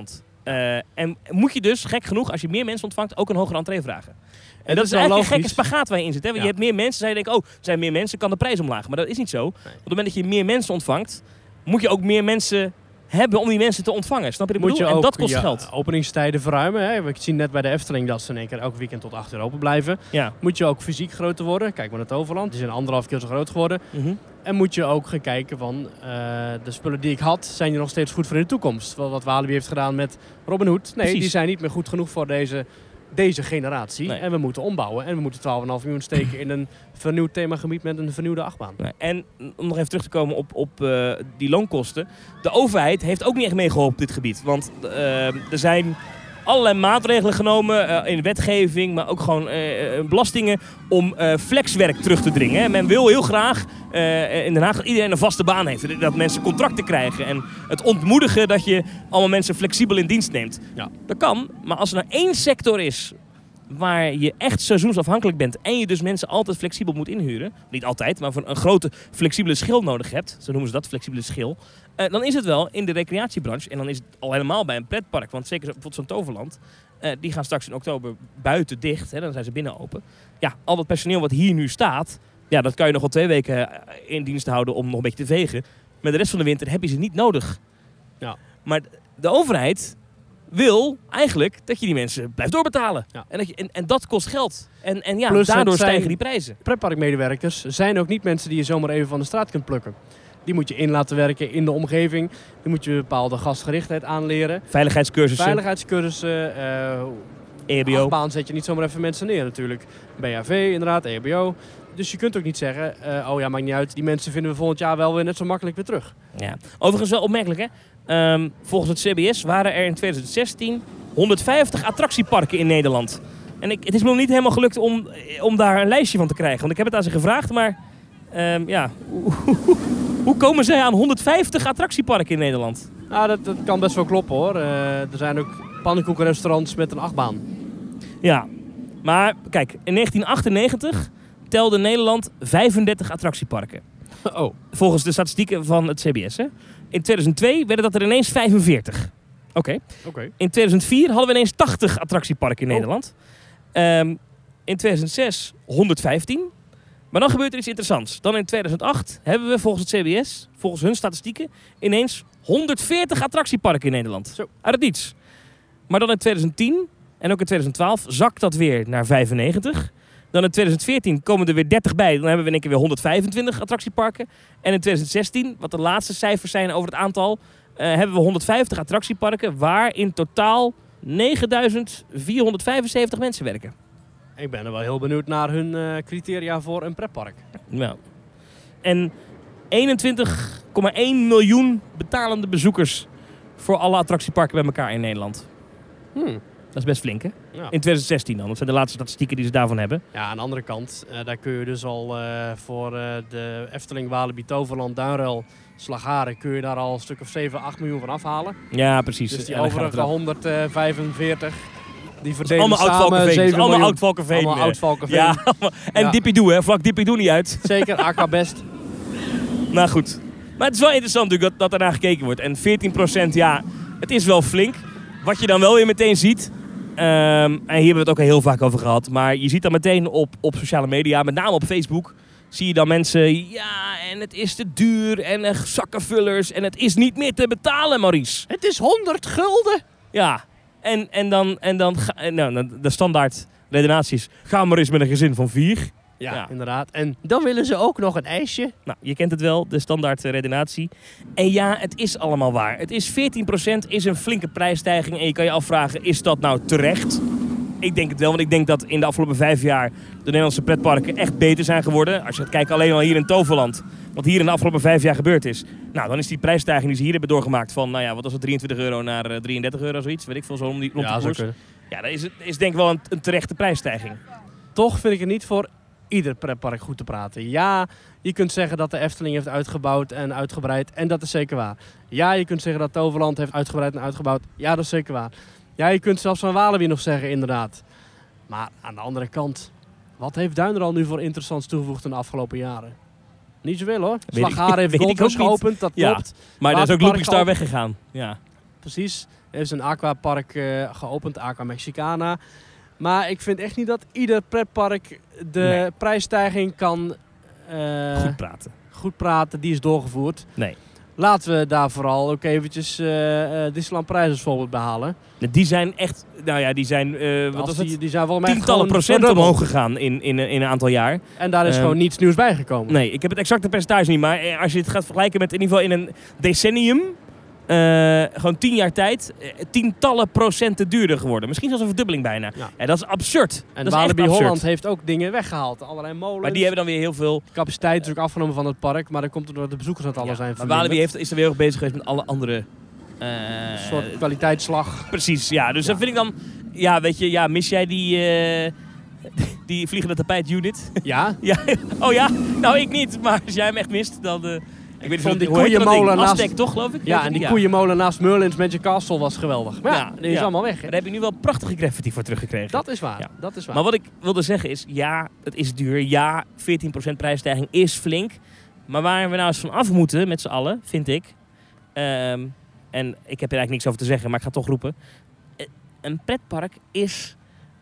B: Uh, en moet je dus, gek genoeg, als je meer mensen ontvangt, ook een hogere entree vragen. En, en dat, dat is
A: wel
B: eigenlijk
A: logisch.
B: een gekke spagaat waar je in zit. Hè? Want ja. Je hebt meer mensen, zij denken, oh, er zijn meer mensen, kan de prijs omlaag. Maar dat is niet zo. Nee. Op het moment dat je meer mensen ontvangt, moet je ook meer mensen hebben om die mensen te ontvangen. Snap je wat ik bedoel? En dat kost
A: ja,
B: geld.
A: Openingstijden verruimen. Hè? We zien net bij de Efteling dat ze in één keer elke weekend tot acht uur open blijven.
B: Ja.
A: Moet je ook fysiek groter worden. Kijk maar naar het Toverland. Die zijn anderhalf keer zo groot geworden.
B: Mm-hmm.
A: En moet je ook gaan kijken van uh, de spullen die ik had, zijn die nog steeds goed voor in de toekomst? Wat, wat Walibi heeft gedaan met Robin Hood. Nee, Precies. Die zijn niet meer goed genoeg voor deze, deze generatie. Nee. En we moeten ombouwen. En we moeten twaalf komma vijf miljoen steken in een vernieuwd themagebied met een vernieuwde achtbaan.
B: Nee. En om nog even terug te komen op, op uh, die loonkosten. De overheid heeft ook niet echt meegeholpen op dit gebied. Want uh, er zijn allerlei maatregelen genomen uh, in wetgeving, maar ook gewoon uh, belastingen om uh, flexwerk terug te dringen. Hè. Men wil heel graag uh, in Den Haag dat iedereen een vaste baan heeft. Dat mensen contracten krijgen en het ontmoedigen dat je allemaal mensen flexibel in dienst neemt. Ja. Dat kan, maar als er nou één sector is waar je echt seizoensafhankelijk bent en je dus mensen altijd flexibel moet inhuren, niet altijd, maar voor een grote flexibele schil nodig hebt, zo noemen ze dat, flexibele schil, uh, dan is het wel in de recreatiebranche en dan is het al helemaal bij een pretpark, want zeker bijvoorbeeld zo'n Toverland, uh, die gaan straks in oktober buiten dicht, hè, dan zijn ze binnen open. Ja, al dat personeel wat hier nu staat, ja, dat kan je nog wel twee weken in dienst houden om nog een beetje te vegen. Maar de rest van de winter heb je ze niet nodig.
A: Ja.
B: Maar de overheid wil eigenlijk dat je die mensen blijft doorbetalen.
A: Ja.
B: En, dat je, en, en dat kost geld. En, en ja,
A: Plus
B: daardoor stijgen die prijzen.
A: Pretparkmedewerkers zijn ook niet mensen die je zomaar even van de straat kunt plukken. Die moet je in laten werken in de omgeving. Die moet je een bepaalde gastgerichtheid aanleren.
B: Veiligheidscursussen.
A: Veiligheidscursussen. Uh,
B: E H B O.
A: Achtbaan zet je niet zomaar even mensen neer natuurlijk. B H V inderdaad, E H B O. Dus je kunt ook niet zeggen, uh, oh ja, maakt niet uit. Die mensen vinden we volgend jaar wel weer net zo makkelijk weer terug.
B: Ja. Overigens wel opmerkelijk hè. Um, volgens het C B S waren er in twintig zestien honderdvijftig attractieparken in Nederland. En ik, het is me nog niet helemaal gelukt om, om daar een lijstje van te krijgen. Want ik heb het aan ze gevraagd, maar um, ja, hoe, hoe, hoe komen zij aan honderdvijftig attractieparken in Nederland?
A: Nou, dat, dat kan best wel kloppen hoor. Uh, er zijn ook pannenkoekenrestaurants met een achtbaan. Ja,
B: maar kijk, in negentien achtennegentig telde Nederland vijfendertig attractieparken.
A: Oh.
B: Volgens de statistieken van het C B S. Hè? In tweeduizend twee werden dat er ineens vijfenveertig. Oké.
A: Okay. Okay.
B: In tweeduizend vier hadden we ineens tachtig attractieparken in oh. Nederland. Um, in tweeduizend zes honderdvijftien. Maar dan gebeurt er iets interessants. Dan in tweeduizend acht hebben we volgens het C B S, volgens hun statistieken, ineens honderdveertig attractieparken in Nederland.
A: Zo.
B: Uit het niets. Maar dan in tweeduizend tien en ook in tweeduizend twaalf zakt dat weer naar vijfennegentig. Dan in tweeduizend veertien komen er weer dertig bij. Dan hebben we in één keer weer honderdvijfentwintig attractieparken. En in tweeduizend zestien, wat de laatste cijfers zijn over het aantal, uh, hebben we honderdvijftig attractieparken waar in totaal negenduizend vierhonderdvijfenzeventig mensen werken.
A: Ik ben er wel heel benieuwd naar hun uh, criteria voor een pretpark.
B: Ja. En eenentwintig komma één miljoen betalende bezoekers voor alle attractieparken bij elkaar in Nederland.
A: Hmm.
B: Dat is best flink, hè?
A: Ja.
B: In tweeduizend zestien dan. Dat zijn de laatste statistieken die ze daarvan hebben.
A: Ja, aan de andere kant, uh, daar kun je dus al uh, voor uh, de Efteling, Walibi, Toverland, Duinrel, Slagharen, kun je daar al een stuk of zeven, acht miljoen van afhalen.
B: Ja, precies.
A: Dus die
B: ja,
A: overige honderdvijfenveertig, die verdelen
B: allemaal
A: samen zeven miljoen.
B: Allemaal Oud-Valkenveen.
A: Allemaal Oud-Valkenveen.
B: Ja, en ja. Dippie-Doe, hè? Vlak Dippie-Doe niet uit.
A: Zeker, A K best.
B: Nou goed. Maar het is wel interessant natuurlijk dat, dat er naar gekeken wordt. En veertien procent, ja, het is wel flink. Wat je dan wel weer meteen ziet, Um, en hier hebben we het ook al heel vaak over gehad. Maar je ziet dan meteen op, op sociale media, met name op Facebook, zie je dan mensen, ja, en het is te duur en uh, zakkenvullers en het is niet meer te betalen, Maurice.
A: Het is honderd gulden.
B: Ja, en, en dan, en dan ga, nou, de standaard redenaties, ga maar eens met een gezin van vier.
A: Ja, ja, inderdaad. En dan willen ze ook nog een ijsje.
B: Nou, je kent het wel, de standaard uh, redenatie. En ja, het is allemaal waar. Het is veertien procent, is een flinke prijsstijging. En je kan je afvragen, is dat nou terecht? Ik denk het wel, want ik denk dat in de afgelopen vijf jaar de Nederlandse pretparken echt beter zijn geworden. Als je gaat kijken alleen al hier in Toverland, wat hier in de afgelopen vijf jaar gebeurd is. Nou, dan is die prijsstijging die ze hier hebben doorgemaakt van, nou ja, wat was het, drieëntwintig euro naar uh, drieëndertig euro, zoiets. Weet ik veel, zo rond die, rond
A: ja,
B: die koers.
A: Zo
B: ja, dat is, is denk ik wel een, een terechte prijsstijging.
A: Toch vind ik het niet voor ieder pretpark goed te praten. Ja, je kunt zeggen dat de Efteling heeft uitgebouwd en uitgebreid. En dat is zeker waar. Ja, je kunt zeggen dat Toverland heeft uitgebreid en uitgebouwd. Ja, dat is zeker waar. Ja, je kunt zelfs van Walibi nog zeggen, inderdaad. Maar aan de andere kant, wat heeft Duinrel nu voor interessants toegevoegd in de afgelopen jaren? Niet zoveel hoor. Slagharen heeft Goldrush geopend, dat
B: ja,
A: klopt.
B: Maar daar is ook Looping Star weggegaan. Ja.
A: Precies. Er is een aquapark uh, geopend, Aqua Mexicana. Maar ik vind echt niet dat ieder pretpark de nee. prijsstijging kan... Uh,
B: goed praten.
A: Goed praten, die is doorgevoerd.
B: Nee.
A: Laten we daar vooral ook eventjes uh, uh, Disneyland Prijs als voorbeeld behalen.
B: Die zijn echt, nou ja, die zijn, uh, wat was
A: die,
B: het?
A: Die zijn volgens mij
B: tientallen procent omhoog gegaan in, in, in een aantal jaar.
A: En daar is um, gewoon niets nieuws bijgekomen.
B: Nee, ik heb het exacte percentage niet, maar als je het gaat vergelijken met in ieder geval in een decennium, uh, gewoon tien jaar tijd, uh, tientallen procenten duurder geworden. Misschien zelfs een verdubbeling bijna. Ja. En dat is absurd.
A: En Walibi Holland heeft ook dingen weggehaald. Allerlei molens.
B: Maar die hebben dan weer heel veel...
A: De capaciteit is ook afgenomen van het park, maar dan komt er door de bezoekers dat alle ja, zijn
B: maar Walibi heeft, is er weer ook bezig geweest met alle andere...
A: Uh, een soort kwaliteitsslag.
B: Precies, ja. Dus ja. dan vind ik dan... Ja, weet je, ja, mis jij die... Uh, die vliegende tapijt unit?
A: Ja.
B: ja. Oh ja? Nou, ik niet. Maar als jij hem echt mist, dan... Uh, ik weet
A: niet, die koeienmolen naast...
B: Aztec, toch, geloof ik?
A: Ja, en die ja. koeienmolen naast Merlin's Magic Castle was geweldig. Maar ja, ja die is ja. allemaal weg. Hè?
B: Daar heb je nu wel prachtige graffiti voor teruggekregen.
A: Dat is waar, ja. dat is waar.
B: Maar wat ik wilde zeggen is, ja, het is duur. Ja, veertien procent prijsstijging is flink. Maar waar we nou eens van af moeten, met z'n allen, vind ik... Um, en ik heb er eigenlijk niks over te zeggen, maar ik ga het toch roepen. Een pretpark is...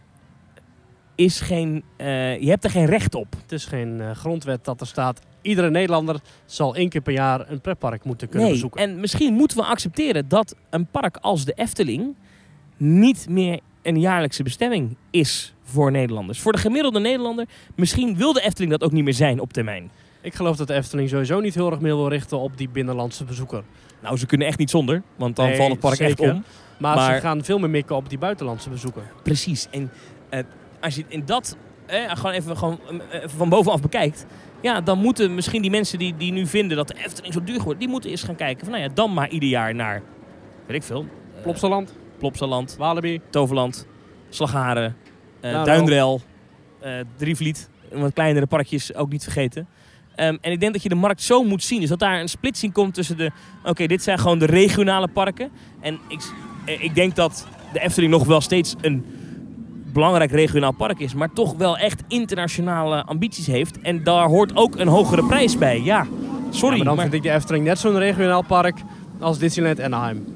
B: is geen... Uh, je hebt er geen recht op.
A: Het is geen uh, grondwet dat er staat... Iedere Nederlander zal één keer per jaar een pretpark moeten kunnen
B: nee,
A: bezoeken.
B: En misschien moeten we accepteren dat een park als de Efteling... niet meer een jaarlijkse bestemming is voor Nederlanders. Voor de gemiddelde Nederlander... misschien wil de Efteling dat ook niet meer zijn op termijn.
A: Ik geloof dat de Efteling sowieso niet heel erg meer wil richten op die binnenlandse bezoeker.
B: Nou, ze kunnen echt niet zonder, want dan nee, valt het park zeker. echt om.
A: Maar, maar ze gaan veel meer mikken op die buitenlandse bezoeker.
B: Precies. En uh, als je in dat eh, gewoon even gewoon, uh, van bovenaf bekijkt... ja, dan moeten misschien die mensen die, die nu vinden dat de Efteling zo duur wordt... die moeten eens gaan kijken van, nou ja, dan maar ieder jaar naar, weet ik veel...
A: Uh, Plopsaland.
B: Plopsaland.
A: Walibi.
B: Toverland. Slagharen. Uh, Duinrel. Uh, Drievliet. Wat kleinere parkjes ook niet vergeten. Um, en ik denk dat je de markt zo moet zien. Dus dat daar een splitsing komt tussen de... Oké, okay, dit zijn gewoon de regionale parken. En ik, ik denk dat de Efteling nog wel steeds een belangrijk regionaal park is. Maar toch wel echt internationale ambities heeft. En daar hoort ook een hogere prijs bij. Ja, sorry. Ja,
A: maar dan
B: maar...
A: vind ik de Efteling net zo'n regionaal park als Disneyland Anaheim.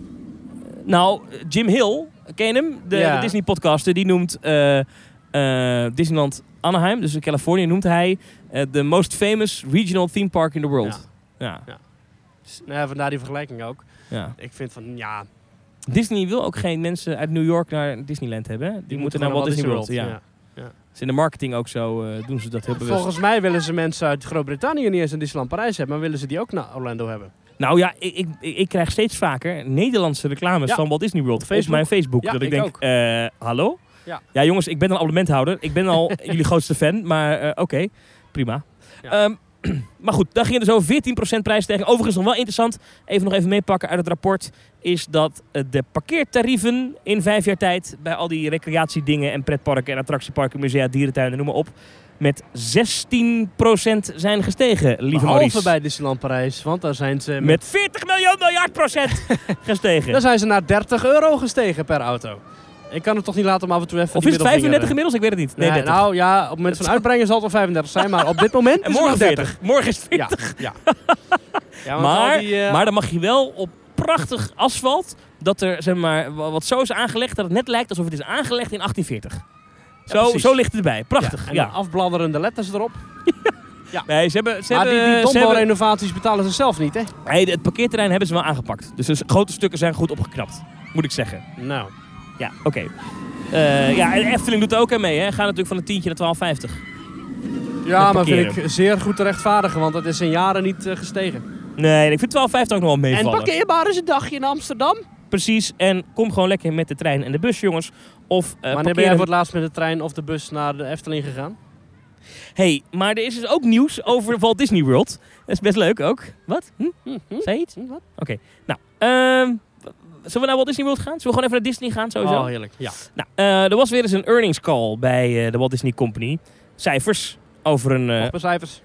B: Nou, Jim Hill, ken je hem? De, ja. de Disney podcaster, die noemt uh, uh, Disneyland Anaheim, dus in Californië, noemt hij uh, the most famous regional theme park in the world. Ja. ja.
A: ja. Dus, nou, vandaar die vergelijking ook.
B: Ja.
A: Ik vind van, ja...
B: Disney wil ook geen mensen uit New York naar Disneyland hebben. Die, die moeten naar Walt Disney World. World. Ja. Ja. Ja. Dus in de marketing ook zo uh, doen ze dat heel bewust.
A: Volgens mij willen ze mensen uit Groot-Brittannië niet eens in Disneyland Parijs hebben, maar willen ze die ook naar Orlando hebben.
B: Nou ja, ik, ik, ik krijg steeds vaker Nederlandse reclames ja. van Walt Disney World op, op mijn Facebook.
A: Ja,
B: dat ik,
A: ik
B: denk, uh, hallo?
A: Ja.
B: ja jongens, ik ben een abonnementhouder. Ik ben al jullie grootste fan, maar uh, oké, okay, prima. Ja. Um, maar goed, daar ging het dus over veertien procent prijsstijging. Overigens nog wel interessant, even nog even meepakken uit het rapport... is dat uh, de parkeertarieven in vijf jaar tijd... bij al die recreatiedingen en pretparken en attractieparken, musea, dierentuinen, noem maar op... met zestien procent zijn gestegen, lieve Maurice.
A: Behalve bij Disneyland Parijs, want daar zijn ze... Met,
B: met veertig miljoen miljard procent gestegen.
A: Daar zijn ze naar dertig euro gestegen per auto. Ik kan het toch niet laten om af en toe even...
B: Of is het vijfendertig inmiddels? Ik weet het niet. Nee,
A: nee, nou ja, op het moment van uitbrengen zal het wel vijfendertig zijn, maar op dit moment
B: en
A: is
B: morgen
A: het nog dertig.
B: Morgen is het veertig.
A: Ja, ja. ja
B: maar,
A: die, uh...
B: maar dan mag je wel op prachtig asfalt, dat er zeg maar, wat zo is aangelegd, dat het net lijkt alsof het is aangelegd in achttien veertig. Zo, ja, zo ligt het erbij. Prachtig.
A: Ja, en
B: ja.
A: afbladderende letters erop.
B: Ja. Nee, ze hebben, ze
A: maar
B: hebben,
A: die, die
B: ze
A: dombo-renovaties hebben... betalen ze zelf niet, hè?
B: Nee, het parkeerterrein hebben ze wel aangepakt. Dus de grote stukken zijn goed opgeknapt. Moet ik zeggen.
A: Nou.
B: Ja, oké. Okay. Uh, ja, en Efteling doet er ook aan mee, hè? Gaan natuurlijk van een tientje naar twaalf vijftig.
A: Ja, maar vind ik zeer goed te rechtvaardigen, want het is in jaren niet uh, gestegen.
B: Nee, ik vind twaalf vijftig ook nog wel meevallen.
A: En parkeerbaar is een dagje in Amsterdam.
B: Precies, en kom gewoon lekker met de trein en de bus, jongens. Of, uh,
A: Wanneer parkeren... ben jij voor het laatst met de trein of de bus naar de Efteling gegaan?
B: Hé, hey, maar er is dus ook nieuws over Walt Disney World. Dat is best leuk ook. Wat? Hm? Hm? Zei je iets? Hm, Oké, okay. nou... Uh, Zullen we naar Walt Disney World gaan? Zullen we gewoon even naar Disney gaan sowieso?
A: Oh, heerlijk. Ja.
B: Nou, uh, er was weer eens een earnings call bij uh, de Walt Disney Company. Cijfers over een... Uh,
A: nog meer cijfers.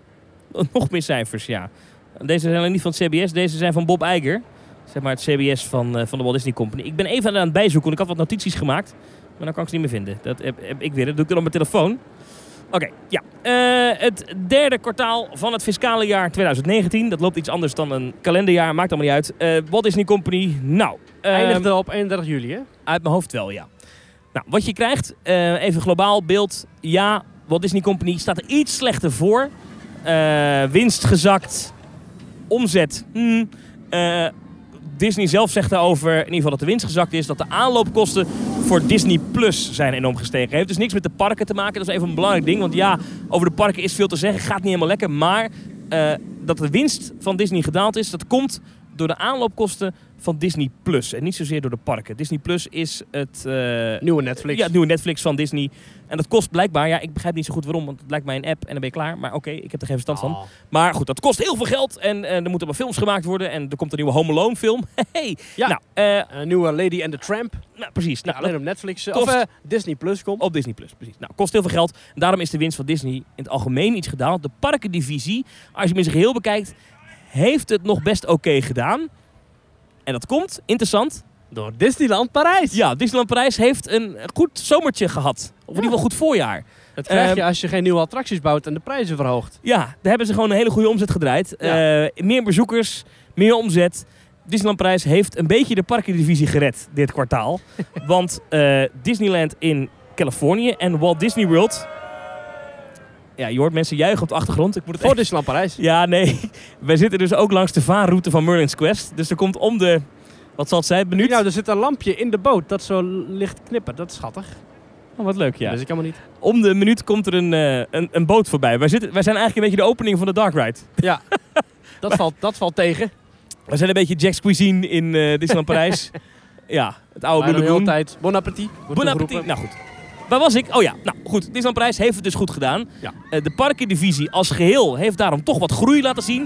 B: Nog meer cijfers, ja. Deze zijn niet van het C B S, deze zijn van Bob Iger. Zeg maar het C B S van, uh, van de Walt Disney Company. Ik ben even aan het bijzoeken, want ik had wat notities gemaakt. Maar dan kan ik ze niet meer vinden. Dat heb, heb ik weer. Dat doe ik dan op mijn telefoon. Oké, okay, ja. Uh, het derde kwartaal van het fiscale jaar twintig negentien. Dat loopt iets anders dan een kalenderjaar. Maakt allemaal niet uit. Uh, Walt Disney Company. Nou. Uh,
A: Eindigde op eenendertig juli, hè?
B: Uit mijn hoofd wel, ja. Nou, wat je krijgt. Uh, even globaal beeld. Ja, Walt Disney Company staat er iets slechter voor. Uh, winst gezakt. Omzet. Hmm, uh, Disney zelf zegt daarover, in ieder geval dat de winst gezakt is, dat de aanloopkosten voor Disney Plus zijn enorm gestegen. Heeft dus niks met de parken te maken. Dat is even een belangrijk ding. Want ja, over de parken is veel te zeggen. Gaat niet helemaal lekker. Maar uh, dat de winst van Disney gedaald is, dat komt door de aanloopkosten van Disney Plus. En niet zozeer door de parken. Disney Plus is het... Uh,
A: nieuwe Netflix.
B: Ja, het nieuwe Netflix van Disney. En dat kost blijkbaar... Ja, ik begrijp niet zo goed waarom. Want het lijkt mij een app en dan ben je klaar. Maar oké, okay, ik heb er geen verstand
A: oh.
B: van. Maar goed, dat kost heel veel geld. En uh, er moeten maar films gemaakt worden. En er komt een nieuwe Home Alone film. Hey.
A: Ja,
B: nou, uh,
A: een nieuwe Lady and the Tramp.
B: Nou, precies. Nou,
A: ja, alleen op Netflix.
B: Kost,
A: of uh, Disney Plus komt.
B: Op Disney Plus, precies. Nou, kost heel veel geld. En daarom is de winst van Disney in het algemeen iets gedaald. De parkendivisie, als je hem in zijn geheel bekijkt, heeft het nog best oké okay gedaan. En dat komt, interessant,
A: door Disneyland Parijs.
B: Ja, Disneyland Parijs heeft een goed zomertje gehad. Of in ieder geval goed voorjaar.
A: Dat krijg je
B: uh,
A: als je geen nieuwe attracties bouwt en de prijzen verhoogt.
B: Ja, daar hebben ze gewoon een hele goede omzet gedraaid. Ja. Uh, meer bezoekers, meer omzet. Disneyland Parijs heeft een beetje de parkendivisie gered dit kwartaal. Want uh, Disneyland in Californië en Walt Disney World... Ja, je hoort mensen juichen op de achtergrond. Ik moet het
A: Voor
B: echt...
A: Disneyland Parijs.
B: Ja, nee. Wij zitten dus ook langs de vaarroute van Merlin's Quest. Dus er komt om de... Wat zal het zijn? Minuut?
A: Nou, er zit een lampje in de boot dat zo licht knippert. Dat is schattig.
B: Oh, wat leuk, ja.
A: Dat wist ik helemaal niet.
B: Om de minuut komt er een, uh, een, een boot voorbij. Wij, zitten, wij zijn eigenlijk een beetje de opening van de Dark Ride.
A: Ja, dat, valt, dat valt tegen.
B: We zijn een beetje Jack's Cuisine in uh, Disneyland Parijs. Ja, het oude Blue Lagoon.
A: Tijd. Bon appetit.
B: Bon appetit. Nou goed. Waar was ik? Oh ja, nou goed. Disneyland Parijs heeft het dus goed gedaan.
A: Ja.
B: Uh, de parkendivisie als geheel heeft daarom toch wat groei laten zien.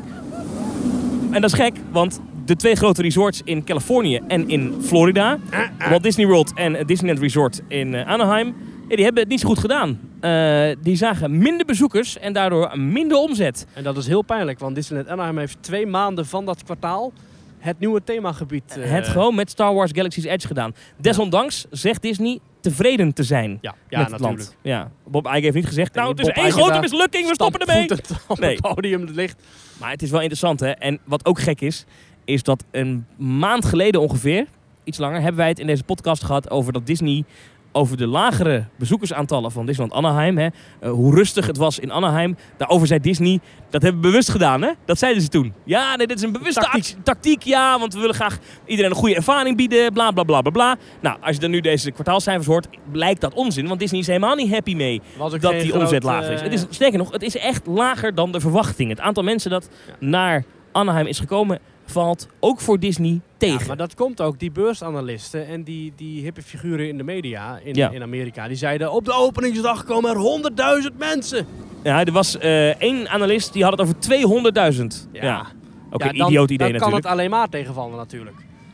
B: En dat is gek, want de twee grote resorts in Californië en in Florida, uh, uh. Walt Disney World en Disneyland Resort in uh, Anaheim, ja, die hebben het niet zo goed gedaan. Uh, die zagen minder bezoekers en daardoor minder omzet.
A: En dat is heel pijnlijk, want Disneyland Anaheim heeft twee maanden van dat kwartaal het nieuwe themagebied... Uh...
B: Het gewoon met Star Wars Galaxy's Edge gedaan. Desondanks zegt Disney tevreden te zijn
A: ja, ja,
B: met het
A: natuurlijk.
B: land. Ja. Bob Iger heeft niet gezegd, nou het is
A: Bob
B: één grote mislukking, we stoppen ermee.
A: Op nee. het podium ligt.
B: Maar het is wel interessant, hè. En wat ook gek is, is dat een maand geleden ongeveer, iets langer, hebben wij het in deze podcast gehad over dat Disney... over de lagere bezoekersaantallen van Disneyland Anaheim. Hè. Uh, hoe rustig het was in Anaheim. Daarover zei Disney, dat hebben we bewust gedaan. Hè? Dat zeiden ze toen. Ja, nee, dit is een bewuste tactiek. Actie, tactiek. Ja, want we willen graag iedereen een goede ervaring bieden. Bla, bla, bla, bla, bla. Nou, als je dan nu deze kwartaalcijfers hoort, blijkt dat onzin. Want Disney is helemaal niet happy mee dat die omzet
A: groot,
B: lager is.
A: Uh,
B: het is. Sterker nog, het is echt lager dan de verwachting. Het aantal mensen dat ja. naar Anaheim is gekomen... valt ook voor Disney tegen.
A: Ja, maar dat komt ook. Die beursanalisten en die, die hippe figuren in de media in,
B: ja.
A: in Amerika... die zeiden op de openingsdag komen er honderdduizend mensen.
B: Ja, er was uh, één analist die had het over tweehonderdduizend. Ja. ja. Oké, okay,
A: ja,
B: idioot idee
A: dan
B: natuurlijk.
A: Dan kan het alleen maar tegenvallen natuurlijk.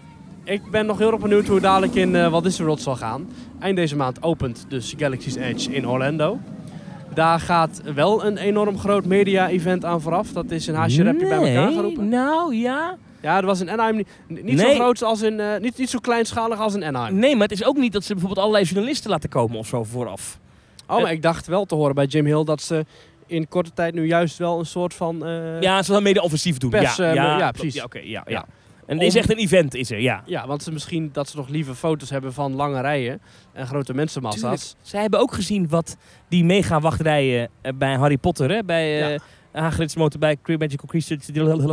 A: Ik ben nog heel erg benieuwd hoe het dadelijk in uh, Walt Disney World zal gaan. Eind deze maand opent dus Galaxy's Edge in Orlando. Daar gaat wel een enorm groot media-event aan vooraf. Dat is een haasje rapje
B: nee,
A: bij elkaar geroepen.
B: Nou, ja.
A: Ja, er was in Anaheim niet, niet nee. zo groot als in, uh, niet, niet zo kleinschalig als in Anaheim.
B: Nee, maar het is ook niet dat ze bijvoorbeeld allerlei journalisten laten komen of zo vooraf.
A: Oh, maar uh, ik dacht wel te horen bij Jim Hill dat ze in korte tijd nu juist wel een soort van... Uh,
B: ja, ze gaan media-offensief doen.
A: Pers,
B: ja,
A: uh,
B: ja,
A: ja, precies.
B: Ja, oké, okay, ja, ja. En er is echt een event, is er, ja.
A: Ja, want ze misschien dat ze nog liever foto's hebben van lange rijen en grote mensenmassa's.
B: Zij hebben ook gezien wat die mega wachtrijen uh, bij Harry Potter, hè, bij uh, ja. Hagrid's Motorbike, Crib Magical Creatures,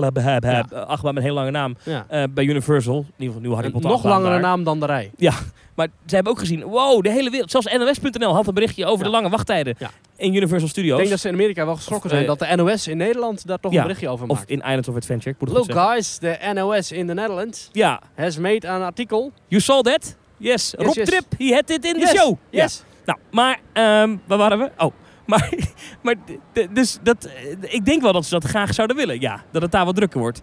B: ja. achtbaan met een heel lange naam, ja. uh, bij Universal, in ieder geval nu Harry Potter.
A: Een nog langere
B: daar.
A: naam dan de rij.
B: Ja, maar zij hebben ook gezien, wow, de hele wereld, zelfs N O S punt N L had een berichtje over ja. de lange wachttijden ja. in Universal Studios.
A: Ik denk dat ze in Amerika wel geschrokken of, zijn uh, dat de N O S in Nederland daar toch ja. een berichtje over maakt.
B: Of in Islands of Adventure. Ik moet
A: Look guys, the N O S in the Netherlands
B: ja.
A: has made an artikel.
B: You saw that? Yes. yes Rob yes. Trip, he had it in
A: yes.
B: the show.
A: Yes.
B: Ja. Nou, maar, um, waar waren we? Oh. Maar, maar dus dat, ik denk wel dat ze dat graag zouden willen. Ja, dat het daar wat drukker wordt.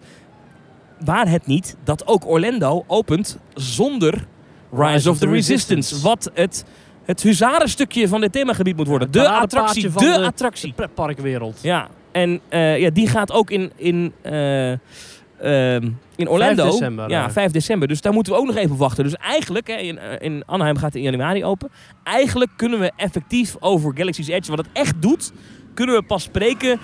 B: Waar het niet dat ook Orlando opent zonder Rise, Rise of the, the Resistance. Resistance. Wat het, het huzarenstukje van dit themagebied moet worden. Ja, de attractie,
A: van
B: de,
A: de
B: attractie.
A: pretparkwereld.
B: Ja, en uh, ja, die gaat ook in, in uh, uh, in Orlando.
A: vijf december.
B: Ja,
A: uh.
B: vijf december. Dus daar moeten we ook nog even op wachten. Dus eigenlijk, hè, in, in Anaheim gaat het in januari open. Eigenlijk kunnen we effectief over Galaxy's Edge, wat het echt doet, kunnen we pas spreken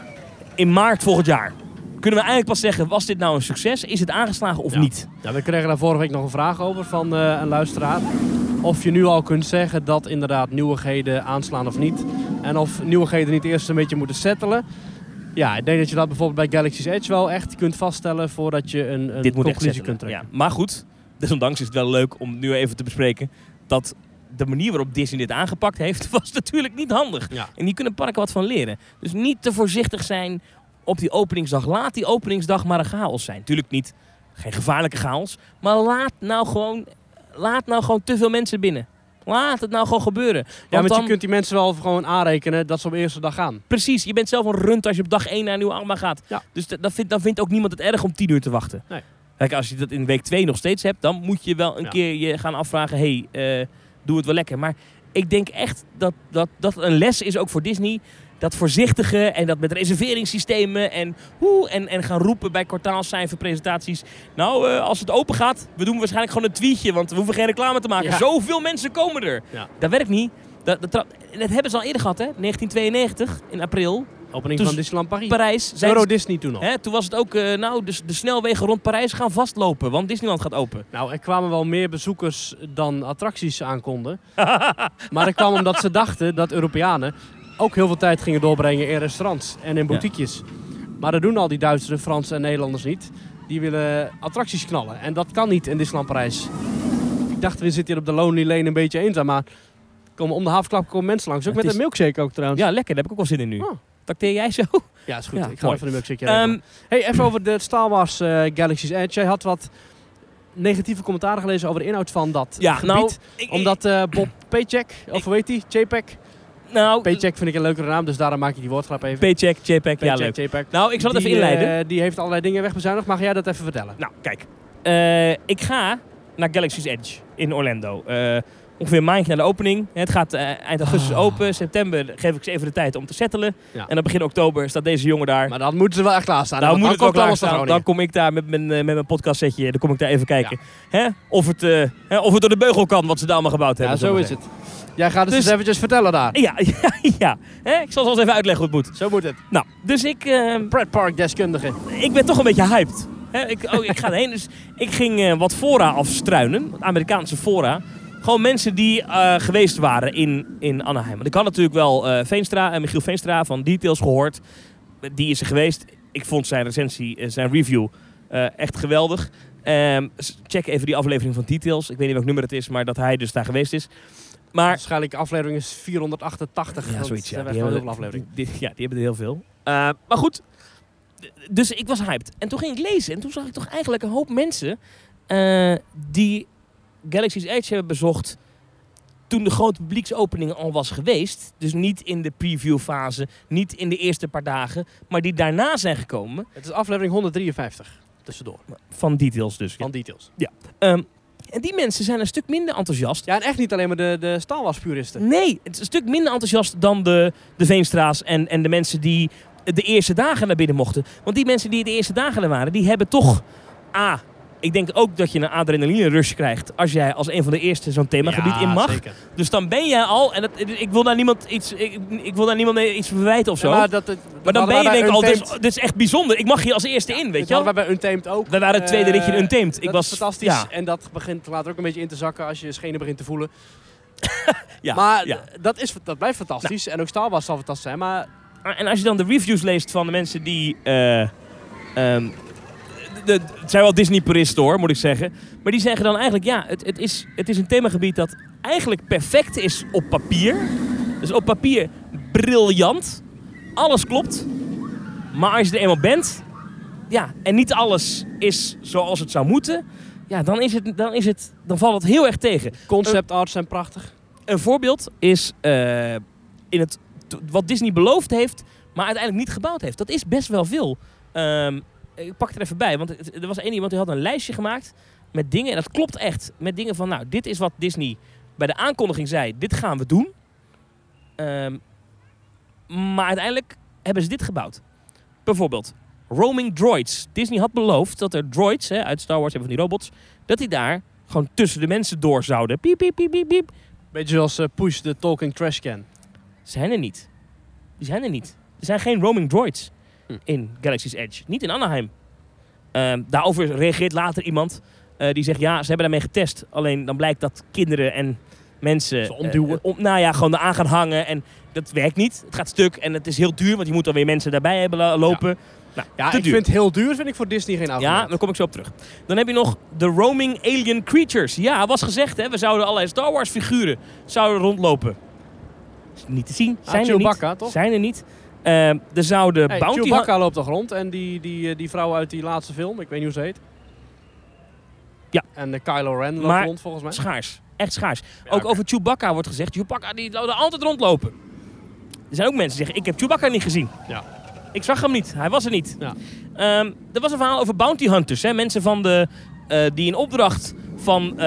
B: in maart volgend jaar. Kunnen we eigenlijk pas zeggen, was dit nou een succes? Is het aangeslagen of
A: ja.
B: niet?
A: Ja, we kregen daar vorige week nog een vraag over van uh, een luisteraar. Of je nu al kunt zeggen dat inderdaad nieuwigheden aanslaan of niet. En of nieuwigheden niet eerst een beetje moeten settelen. Ja, ik denk dat je dat bijvoorbeeld bij Galaxy's Edge wel echt kunt vaststellen voordat je een, een
B: Dit moet
A: conclusie kunt trekken.
B: Ja. Maar goed, desondanks is het wel leuk om nu even te bespreken dat de manier waarop Disney dit aangepakt heeft, was natuurlijk niet handig.
A: Ja.
B: En die kunnen parken wat van leren. Dus niet te voorzichtig zijn op die openingsdag. Laat die openingsdag maar een chaos zijn. Tuurlijk niet, geen gevaarlijke chaos. Maar laat nou gewoon, laat nou gewoon te veel mensen binnen. Laat het nou gewoon gebeuren. Want
A: Ja, want
B: dan,
A: je kunt die mensen wel gewoon aanrekenen dat ze op de eerste dag gaan.
B: Precies, je bent zelf een runt als je op dag één naar een nieuwe achtbaan gaat.
A: Ja.
B: Dus d- dan, vindt, dan vindt ook niemand het erg om tien uur te wachten.
A: Nee.
B: Kijk, als je dat in week twee nog steeds hebt, dan moet je wel een
A: Ja.
B: keer je gaan afvragen, hé, hey, uh, doe het wel lekker. Maar ik denk echt dat dat, dat een les is ook voor Disney. Dat voorzichtige en dat met reserveringssystemen en, hoe, en, en gaan roepen bij kwartaalcijferpresentaties. Nou, uh, als het open gaat, we doen waarschijnlijk gewoon een tweetje, want we hoeven geen reclame te maken.
A: Ja.
B: Zoveel mensen komen er.
A: Ja.
B: Dat werkt niet. Dat, dat, dat, dat hebben ze al eerder gehad, hè? negentien tweeënnegentig, in april.
A: Opening
B: Toen
A: van Disneyland Parijs.
B: Parijs. Zijn
A: Euro Disney toen nog.
B: Hè, toen was het ook, uh, nou, de, de snelwegen rond Parijs gaan vastlopen, want Disneyland gaat open.
A: Nou, er kwamen wel meer bezoekers dan attracties aankonden. Maar dat kwam omdat ze dachten dat Europeanen ook heel veel tijd gingen doorbrengen in restaurants en in boutiques. Ja. Maar dat doen al die Duitsers, Fransen en Nederlanders niet. Die willen attracties knallen. En dat kan niet in Disneyland Parijs. Ik dacht, we zitten hier op de Lonely Lane een beetje eenzaam, maar komen om de havenklap komen mensen langs. Ook
B: Het
A: met
B: is...
A: een milkshake ook trouwens.
B: Ja, lekker. Daar heb ik ook wel zin in nu.
A: Oh.
B: Tacteer jij zo?
A: Ja, is goed.
B: Ja,
A: ik ga
B: mooi.
A: even de milkshake regelen. Um, hey, even over de Star Wars uh, Galaxy's Edge. Jij had wat negatieve commentaren gelezen over de inhoud van dat
B: ja,
A: gebied.
B: Nou, ik,
A: omdat uh, Bob Paycheck, of hoe heet die? J-Pack?
B: Nou,
A: Paycheck vind ik een leukere naam, dus daarom maak je die woordgrap even.
B: Paycheck, J-Pack, ja leuk.
A: J-Pack.
B: Nou, ik zal het
A: die,
B: even inleiden.
A: Uh, die heeft allerlei dingen wegbezuinigd. Mag jij dat even vertellen?
B: Nou, kijk. Uh, ik ga naar Galaxy's Edge in Orlando. Uh, ongeveer een maandje na de opening. Het gaat uh, eind augustus oh. open. September geef ik ze even de tijd om te settelen. Ja. En dan begin oktober staat deze jongen daar.
A: Maar dan moeten ze wel echt klaarstaan.
B: Nou,
A: dan
B: moet het wel klaarstaan.
A: Dan,
B: dan kom ik daar met mijn, uh, met mijn podcastsetje. Dan kom ik daar even kijken. Ja. Hè? Of, het, uh, hè? of het door de beugel kan wat ze daar allemaal gebouwd hebben.
A: Ja, zo is het. Jij gaat het dus, dus eventjes vertellen daar.
B: Ja, ja, ja. Hè? Ik zal ze eens even uitleggen hoe het moet.
A: Zo moet het.
B: Nou, dus ik... Uh,
A: Pret Park deskundige.
B: Ik ben toch een beetje hyped. Hè? Ik, oh, ik ga erheen. Dus ik ging uh, wat fora afstruinen. Amerikaanse fora. Gewoon mensen die uh, geweest waren in, in Anaheim. Want ik had natuurlijk wel uh, Veenstra, uh, Michiel Veenstra van Details gehoord. Die is er geweest. Ik vond zijn recensie, uh, zijn review uh, echt geweldig. Um, check even die aflevering van Details. Ik weet niet welk nummer het is, maar dat hij dus daar geweest is. Maar
A: waarschijnlijk aflevering is vierhonderdachtentachtig.
B: Ja, zoiets. Ja.
A: Die, die, hebben heel
B: die, die, ja, die hebben er heel veel. Uh, maar goed, dus ik was hyped. En toen ging ik lezen en toen zag ik toch eigenlijk een hoop mensen uh, die Galaxy's Edge hebben bezocht toen de grote publieksopening al was geweest. Dus niet in de previewfase, niet in de eerste paar dagen, maar die daarna zijn gekomen.
A: Het is aflevering honderdrieënvijftig, tussendoor.
B: Van Details dus.
A: Van
B: ja.
A: Details.
B: Ja. Um, en die mensen zijn een stuk minder enthousiast.
A: Ja, en echt niet alleen maar de, de Star Wars puristen.
B: Nee, het is een stuk minder enthousiast dan de, de Veenstra's en, en de mensen die de eerste dagen naar binnen mochten. Want die mensen die de eerste dagen er waren, die hebben toch... A, ik denk ook dat je een adrenaline rush krijgt als jij als een van de eerste zo'n themagebied
A: ja,
B: in mag.
A: Zeker.
B: Dus dan ben jij al, en dat, ik wil daar niemand iets, ik, ik wil daar niemand iets verwijten of zo.
A: Ja, maar dat, dat,
B: maar dan ben je denk ik al, dus, dit is echt bijzonder. Ik mag hier als eerste ja, in, weet je wel.
A: Dat hadden we bij Untamed ook.
B: We waren het tweede ritje in Untamed. Ik
A: dat
B: was
A: is fantastisch. Ja. En dat begint later ook een beetje in te zakken als je je schenen begint te voelen. ja, maar ja. Dat, is, dat blijft fantastisch. Nou. En ook Star Wars zal fantastisch zijn, maar...
B: En als je dan de reviews leest van de mensen die... Uh, um, De, het zijn wel Disney-puristen hoor, moet ik zeggen. Maar die zeggen dan eigenlijk, ja, het, het, is, het is een themagebied dat eigenlijk perfect is op papier. Dus op papier briljant. Alles klopt. Maar als je er eenmaal bent, ja, en niet alles is zoals het zou moeten, ja, dan, is het, dan, is het, dan valt het heel erg tegen.
A: Concept arts zijn prachtig.
B: Een voorbeeld is uh, in het, wat Disney beloofd heeft, maar uiteindelijk niet gebouwd heeft. Dat is best wel veel. Um, Ik pak het er even bij, want er was één iemand die had een lijstje gemaakt met dingen. En dat klopt echt. Met dingen van, nou, dit is wat Disney bij de aankondiging zei. Dit gaan we doen. Um, maar uiteindelijk hebben ze dit gebouwd. Bijvoorbeeld roaming droids. Disney had beloofd dat er droids, hè, uit Star Wars hebben van die robots, dat die daar gewoon tussen de mensen door zouden. Piep, piep, piep, piep, piep.
A: Beetje zoals uh, Push, de talking trash can.
B: Zijn er niet. Die zijn er niet. Er zijn geen roaming droids
A: hm.
B: in Galaxy's Edge. Niet in Anaheim. Uh, daarover reageert later iemand uh, die zegt, ja, ze hebben daarmee getest. Alleen dan blijkt dat kinderen en mensen
A: Ze omduwen.
B: Uh, om, nou ja, gewoon eraan gaan hangen. En dat werkt niet. Het gaat stuk en het is heel duur, want je moet dan weer mensen daarbij hebben la- lopen. Ja. Nou,
A: ja, ik duur. vind heel duur, vind ik voor Disney geen argument.
B: Ja, daar kom ik zo op terug. Dan heb je nog de roaming alien creatures. Ja, was gezegd, hè. We zouden allerlei Star Wars figuren zouden rondlopen. Is niet te zien. Zijn
A: ah,
B: er
A: Chewbacca,
B: niet.
A: toch?
B: Zijn er niet. Uh, er zouden
A: hey,
B: bounty...
A: Chewbacca loopt toch rond en die, die, die vrouw uit die laatste film, ik weet niet hoe ze heet.
B: Ja.
A: En de Kylo Ren loopt
B: maar
A: rond volgens mij.
B: Schaars. Echt schaars.
A: Ja,
B: ook
A: okay.
B: over Chewbacca wordt gezegd, Chewbacca die zou er altijd rondlopen. Er zijn ook mensen die zeggen, ik heb Chewbacca niet gezien.
A: Ja.
B: Ik zag hem niet, hij was er niet.
A: Ja.
B: Um, er was een verhaal over bounty hunters. Hè? Mensen van de, uh, die in opdracht van uh,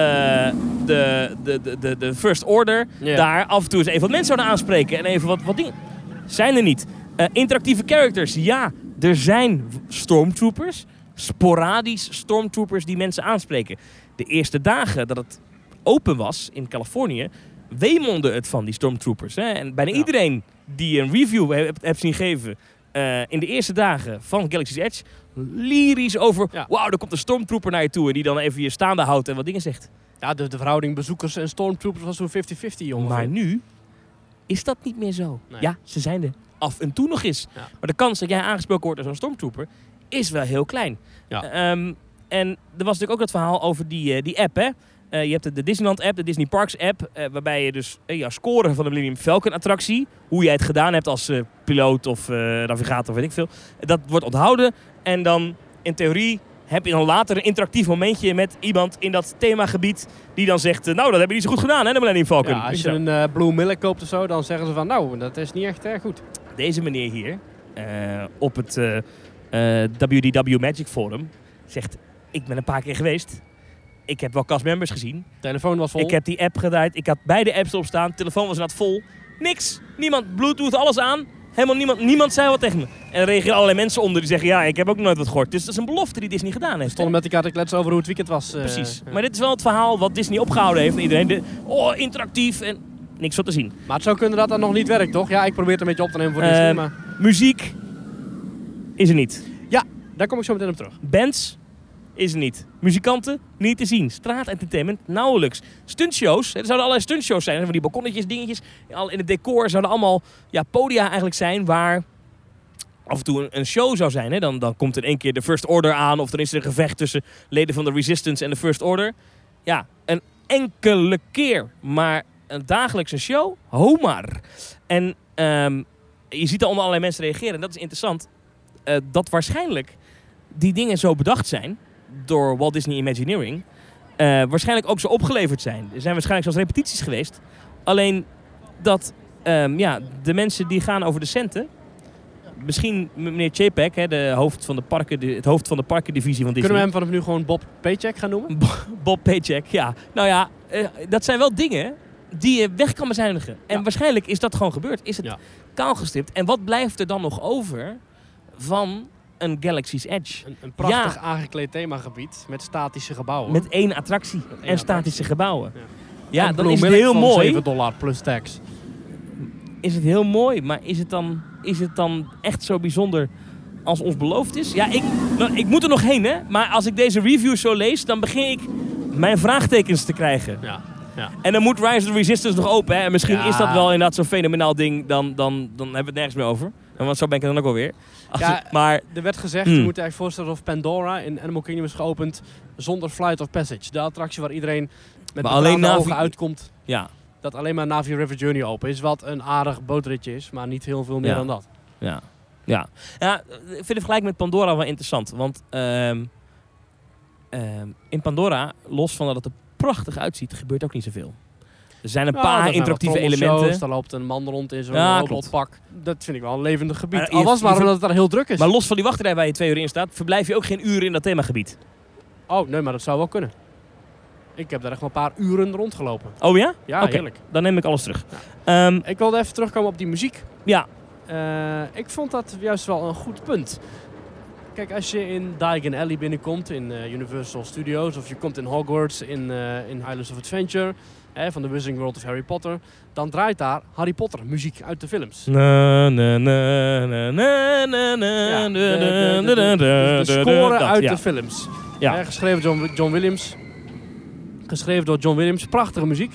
B: de, de, de, de, de First Order yeah. daar af en toe eens even wat mensen zouden aanspreken. En even wat, wat dingen. Zijn er niet. Uh, interactieve characters. Ja, er zijn stormtroopers. Sporadisch stormtroopers die mensen aanspreken. De eerste dagen dat het open was in Californië, wemelde het van die stormtroopers. Hè? En bijna ja. iedereen die een review heeft heb zien geven uh, in de eerste dagen van Galaxy's Edge, lyrisch over, ja. wauw, er komt een stormtrooper naar je toe en die dan even je staande houdt en wat dingen zegt.
A: Ja, de, de verhouding bezoekers en stormtroopers was zo'n vijftig vijftig, jongen.
B: Maar nu is dat niet meer zo. Nee. Ja, ze zijn er af en toe nog eens. Ja. Maar de kans dat jij aangesproken wordt als een stormtrooper is wel heel klein. Ja. Um, en er was natuurlijk ook dat verhaal over die, uh, die app, hè. Uh, je hebt de, de Disneyland app, de Disney Parks app, uh, waarbij je dus uh, ja, scoren van de Millennium Falcon attractie, hoe jij het gedaan hebt als uh, piloot of uh, navigator, weet ik veel, dat wordt onthouden. En dan in theorie heb je dan later een interactief momentje met iemand in dat themagebied die dan zegt, uh, nou dat heb je niet zo goed gedaan, hè, de Millennium Falcon.
A: Ja, als je een uh, Blue Milk koopt of zo, dan zeggen ze van, nou, dat is niet echt erg goed.
B: Deze meneer hier, uh, op het uh, uh, W D W Magic Forum, zegt, ik ben een paar keer geweest. Ik heb wel castmembers gezien.
A: Telefoon was vol.
B: Ik heb die app gedraaid. Ik had beide apps erop staan. Telefoon was inderdaad vol. Niks. Niemand. Bluetooth, alles aan. Helemaal niemand. Niemand zei wat tegen me. En er reageren allerlei mensen onder die zeggen, ja, ik heb ook nooit wat gehoord. Dus dat is een belofte die Disney gedaan heeft.
A: Stonden met elkaar te kletsen over hoe het weekend was. Uh,
B: Precies.
A: Ja.
B: Maar dit is wel het verhaal wat Disney opgehouden heeft. En iedereen, de, oh, interactief en niks wat te zien.
A: Maar het zou kunnen dat dat nog niet werkt, toch? Ja, ik probeer het een beetje op te nemen voor uh, Disney, maar...
B: Muziek is er niet.
A: Ja, daar kom ik zo meteen op terug.
B: Bands is er niet. Muzikanten niet te zien. Straatentertainment nauwelijks. Stuntshows. Er zouden allerlei stuntshows zijn. Van die balkonnetjes, dingetjes. Al in het decor zouden allemaal ja, podia eigenlijk zijn waar af en toe een, een show zou zijn. Hè. Dan, dan komt er één keer de First Order aan. Of er is er een gevecht tussen leden van de Resistance en de First Order. Ja, een enkele keer. Maar een dagelijkse show? Ho maar. En um, je ziet er onder allerlei mensen reageren. En dat is interessant. Uh, dat waarschijnlijk die dingen zo bedacht zijn door Walt Disney Imagineering, uh, waarschijnlijk ook zo opgeleverd zijn. Er zijn waarschijnlijk zelfs repetities geweest. Alleen dat um, ja, de mensen die gaan over de centen, misschien meneer Chapek, hè, de hoofd van de parken, de, het hoofd van de parkendivisie van Disney.
A: Kunnen we hem vanaf nu gewoon Bob Paycheck gaan noemen?
B: Bob Paycheck, ja. Nou ja, uh, dat zijn wel dingen die je weg kan bezuinigen. En ja. waarschijnlijk is dat gewoon gebeurd. Is het ja. kaalgestipt. En wat blijft er dan nog over van een Galaxy's Edge?
A: Een, een prachtig
B: ja.
A: aangekleed themagebied met statische gebouwen.
B: Met één attractie met één en statische attractie. gebouwen. Ja, ja dan
A: is
B: het heel mooi.
A: zeven dollar plus tax.
B: Is het heel mooi, maar is het dan, is het dan echt zo bijzonder als ons beloofd is? Ja, ik, nou, ik moet er nog heen, hè. Maar als ik deze reviews zo lees, dan begin ik mijn vraagtekens te krijgen.
A: Ja. Ja.
B: En dan moet Rise of the Resistance nog open, hè. En misschien ja. is dat wel inderdaad zo'n fenomenaal ding, dan, dan, dan hebben we het nergens meer over. Want zo ben ik er dan ook alweer.
A: Ja,
B: het, maar
A: er werd gezegd,
B: hmm.
A: je moet je eigenlijk voorstellen of Pandora in Animal Kingdom is geopend zonder Flight of Passage. De attractie waar iedereen met de alleen Navi- ogen uitkomt.
B: Ja.
A: Dat alleen maar Navi River Journey open is. Wat een aardig bootritje is, maar niet heel veel meer
B: ja.
A: dan dat.
B: Ja. Ja. Ja, ik vind de vergelijking met Pandora wel interessant. Want um, um, in Pandora, los van dat het er prachtig uitziet, gebeurt ook niet zoveel. Er zijn een
A: ja,
B: paar interactieve elementen.
A: Daar loopt een man rond in zo'n
B: ja,
A: robotpak. Dat vind ik wel een levendig gebied.
B: Maar
A: Al was het maar omdat het daar heel druk is.
B: Maar los van die wachtrij waar je twee uur in staat, verblijf je ook geen uren in dat themagebied.
A: Oh, nee, maar dat zou wel kunnen. Ik heb daar echt wel een paar uren rondgelopen.
B: Oh ja?
A: Ja,
B: okay.
A: heerlijk.
B: Dan neem ik alles terug. Ja. Um,
A: ik wilde even terugkomen op die muziek.
B: Ja.
A: Uh, ik vond dat juist wel een goed punt. Kijk, als je in Diagon Alley binnenkomt in uh, Universal Studios... of je komt in Hogwarts in, uh, in Islands of Adventure... Hè, van de Wizarding World of Harry Potter... dan draait daar Harry Potter muziek uit de films.
B: Na, na, na, na, na, na,
A: Ja,
B: na,
A: de, de, de, de,
B: na,
A: de, de
B: na,
A: score
B: dat,
A: uit
B: ja.
A: de films.
B: Ja.
A: Hè, geschreven door John Williams. Geschreven door John Williams. Prachtige muziek.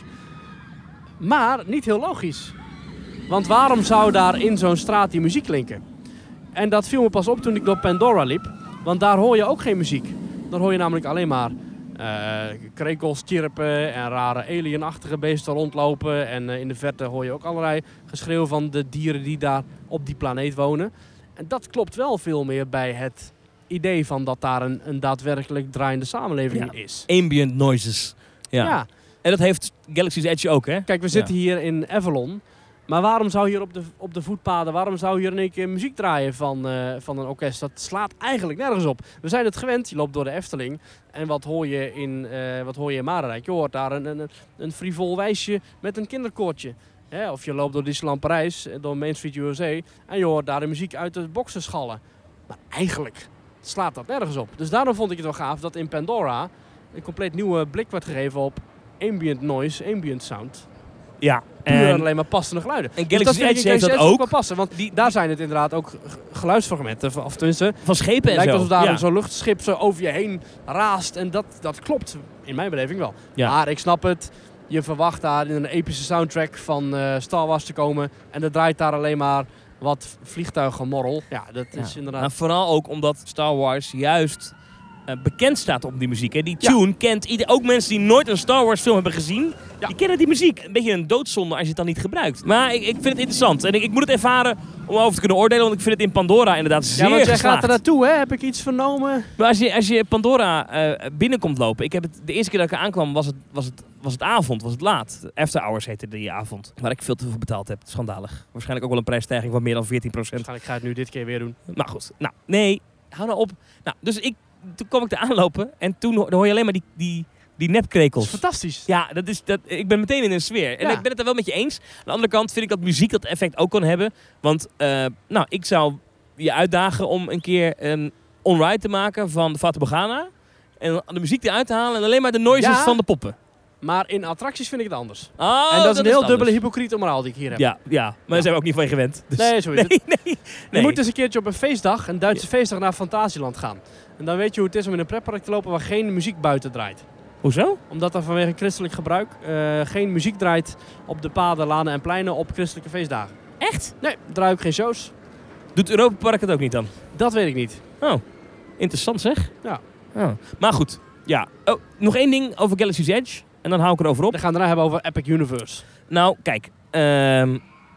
A: Maar niet heel logisch. Want waarom zou daar in zo'n straat die muziek klinken? En dat viel me pas op toen ik door Pandora liep. Want daar hoor je ook geen muziek. Daar hoor je namelijk alleen maar uh, krekels chirpen en rare alienachtige beesten rondlopen. En uh, in de verte hoor je ook allerlei geschreeuw van de dieren die daar op die planeet wonen. En dat klopt wel veel meer bij het idee van dat daar een, een daadwerkelijk draaiende samenleving
B: Ja.
A: is.
B: Ambient noises. Ja.
A: Ja.
B: En dat heeft Galaxy's Edge ook, hè?
A: Kijk, we zitten hier in Avalon. Maar waarom zou hier op de, op de voetpaden, waarom zou hier in één keer muziek draaien van, uh, van een orkest? Dat slaat eigenlijk nergens op. We zijn het gewend, je loopt door de Efteling. En wat hoor je in, uh, wat hoor je in Marenrijk? Je hoort daar een, een, een frivol wijsje met een kinderkoortje. Hè? Of je loopt door Disneyland Parijs, door Main Street U S A. En je hoort daar de muziek uit de boksen schallen. Maar eigenlijk slaat dat nergens op. Dus daarom vond ik het wel gaaf dat in Pandora een compleet nieuwe blik werd gegeven op ambient noise, ambient sound.
B: Ja.
A: Puur
B: En,
A: alleen maar passende geluiden.
B: en
A: Dus
B: Galaxy's
A: vind ik
B: Edge
A: in
B: heeft dat
A: Galaxy's Edge
B: ook.
A: wel passen, want die, daar zijn het inderdaad ook g- geluidsfragmenten. Of tenminste,
B: Van schepen en
A: lijkt
B: zo.
A: alsof daar
B: ja.
A: zo'n luchtschip zo over je heen raast. En dat, dat klopt, in mijn beleving wel.
B: Ja.
A: Maar ik snap het. Je verwacht daar in een epische soundtrack van uh, Star Wars te komen. En er draait daar alleen maar wat vliegtuigenmorrel. Ja, dat
B: Ja.
A: is inderdaad...
B: Maar vooral ook omdat Star Wars juist uh, bekend staat op die muziek. Hè. Die tune
A: Ja.
B: kent ieder, ook mensen die nooit een Star Wars film hebben gezien.
A: Ja.
B: Die kennen die muziek. Een beetje een doodzonde als je het dan niet gebruikt. Maar ik, ik vind het interessant. En ik, ik moet het ervaren om over te kunnen oordelen. Want ik vind het in Pandora inderdaad zeer
A: ja, want jij
B: geslaagd.
A: gaat er naartoe, hè? Heb ik iets vernomen?
B: Maar als je, als je Pandora uh, binnenkomt lopen. Ik heb het, de eerste keer dat ik er aankwam was het, was, het, was het avond. Was het laat. After Hours heette die avond. Waar ik veel te veel betaald heb. Schandalig. Waarschijnlijk ook wel een prijsstijging van meer dan veertien procent.
A: Waarschijnlijk ga ik het nu dit keer weer doen.
B: Maar goed. Nou, nee. Hou nou op. Nou, dus ik, toen kwam ik er aanlopen. En toen ho- dan hoor je alleen maar die, die, die
A: Dat
B: nepkrekels.
A: is fantastisch.
B: Ja, dat is, dat, ik ben meteen in een sfeer. En
A: Ja.
B: ik ben het er wel met je eens. Aan de andere kant vind ik dat muziek dat effect ook kan hebben. Want uh, nou, ik zou je uitdagen om een keer een on-ride te maken van de Fata Morgana. En de muziek eruit te halen en alleen maar de noises
A: Ja.
B: van de poppen.
A: Maar in attracties vind ik het anders.
B: Oh,
A: en dat is een heel
B: anders.
A: dubbele hypocriete moraal die ik hier heb.
B: Ja, ja, maar daar zijn we ook niet van je gewend. Dus.
A: Nee, zo is het.
B: nee, nee,
A: Je
B: nee.
A: moet eens een keertje op een feestdag, een Duitse feestdag, naar Fantasieland gaan. En dan weet je hoe het is om in een pretpark te lopen waar geen muziek buiten draait.
B: Hoezo?
A: Omdat er vanwege christelijk gebruik uh, geen muziek draait op de paden, lanen en pleinen op christelijke feestdagen.
B: Echt?
A: Nee, er draaien ook geen shows.
B: Doet Europa Park het ook niet dan?
A: Dat weet ik niet.
B: Oh, interessant zeg.
A: Ja.
B: Oh. Maar goed, ja. Oh, nog één ding over Galaxy's Edge. En dan hou ik erover op.
A: We gaan het daarna hebben over Epic Universe.
B: Nou, kijk. Um,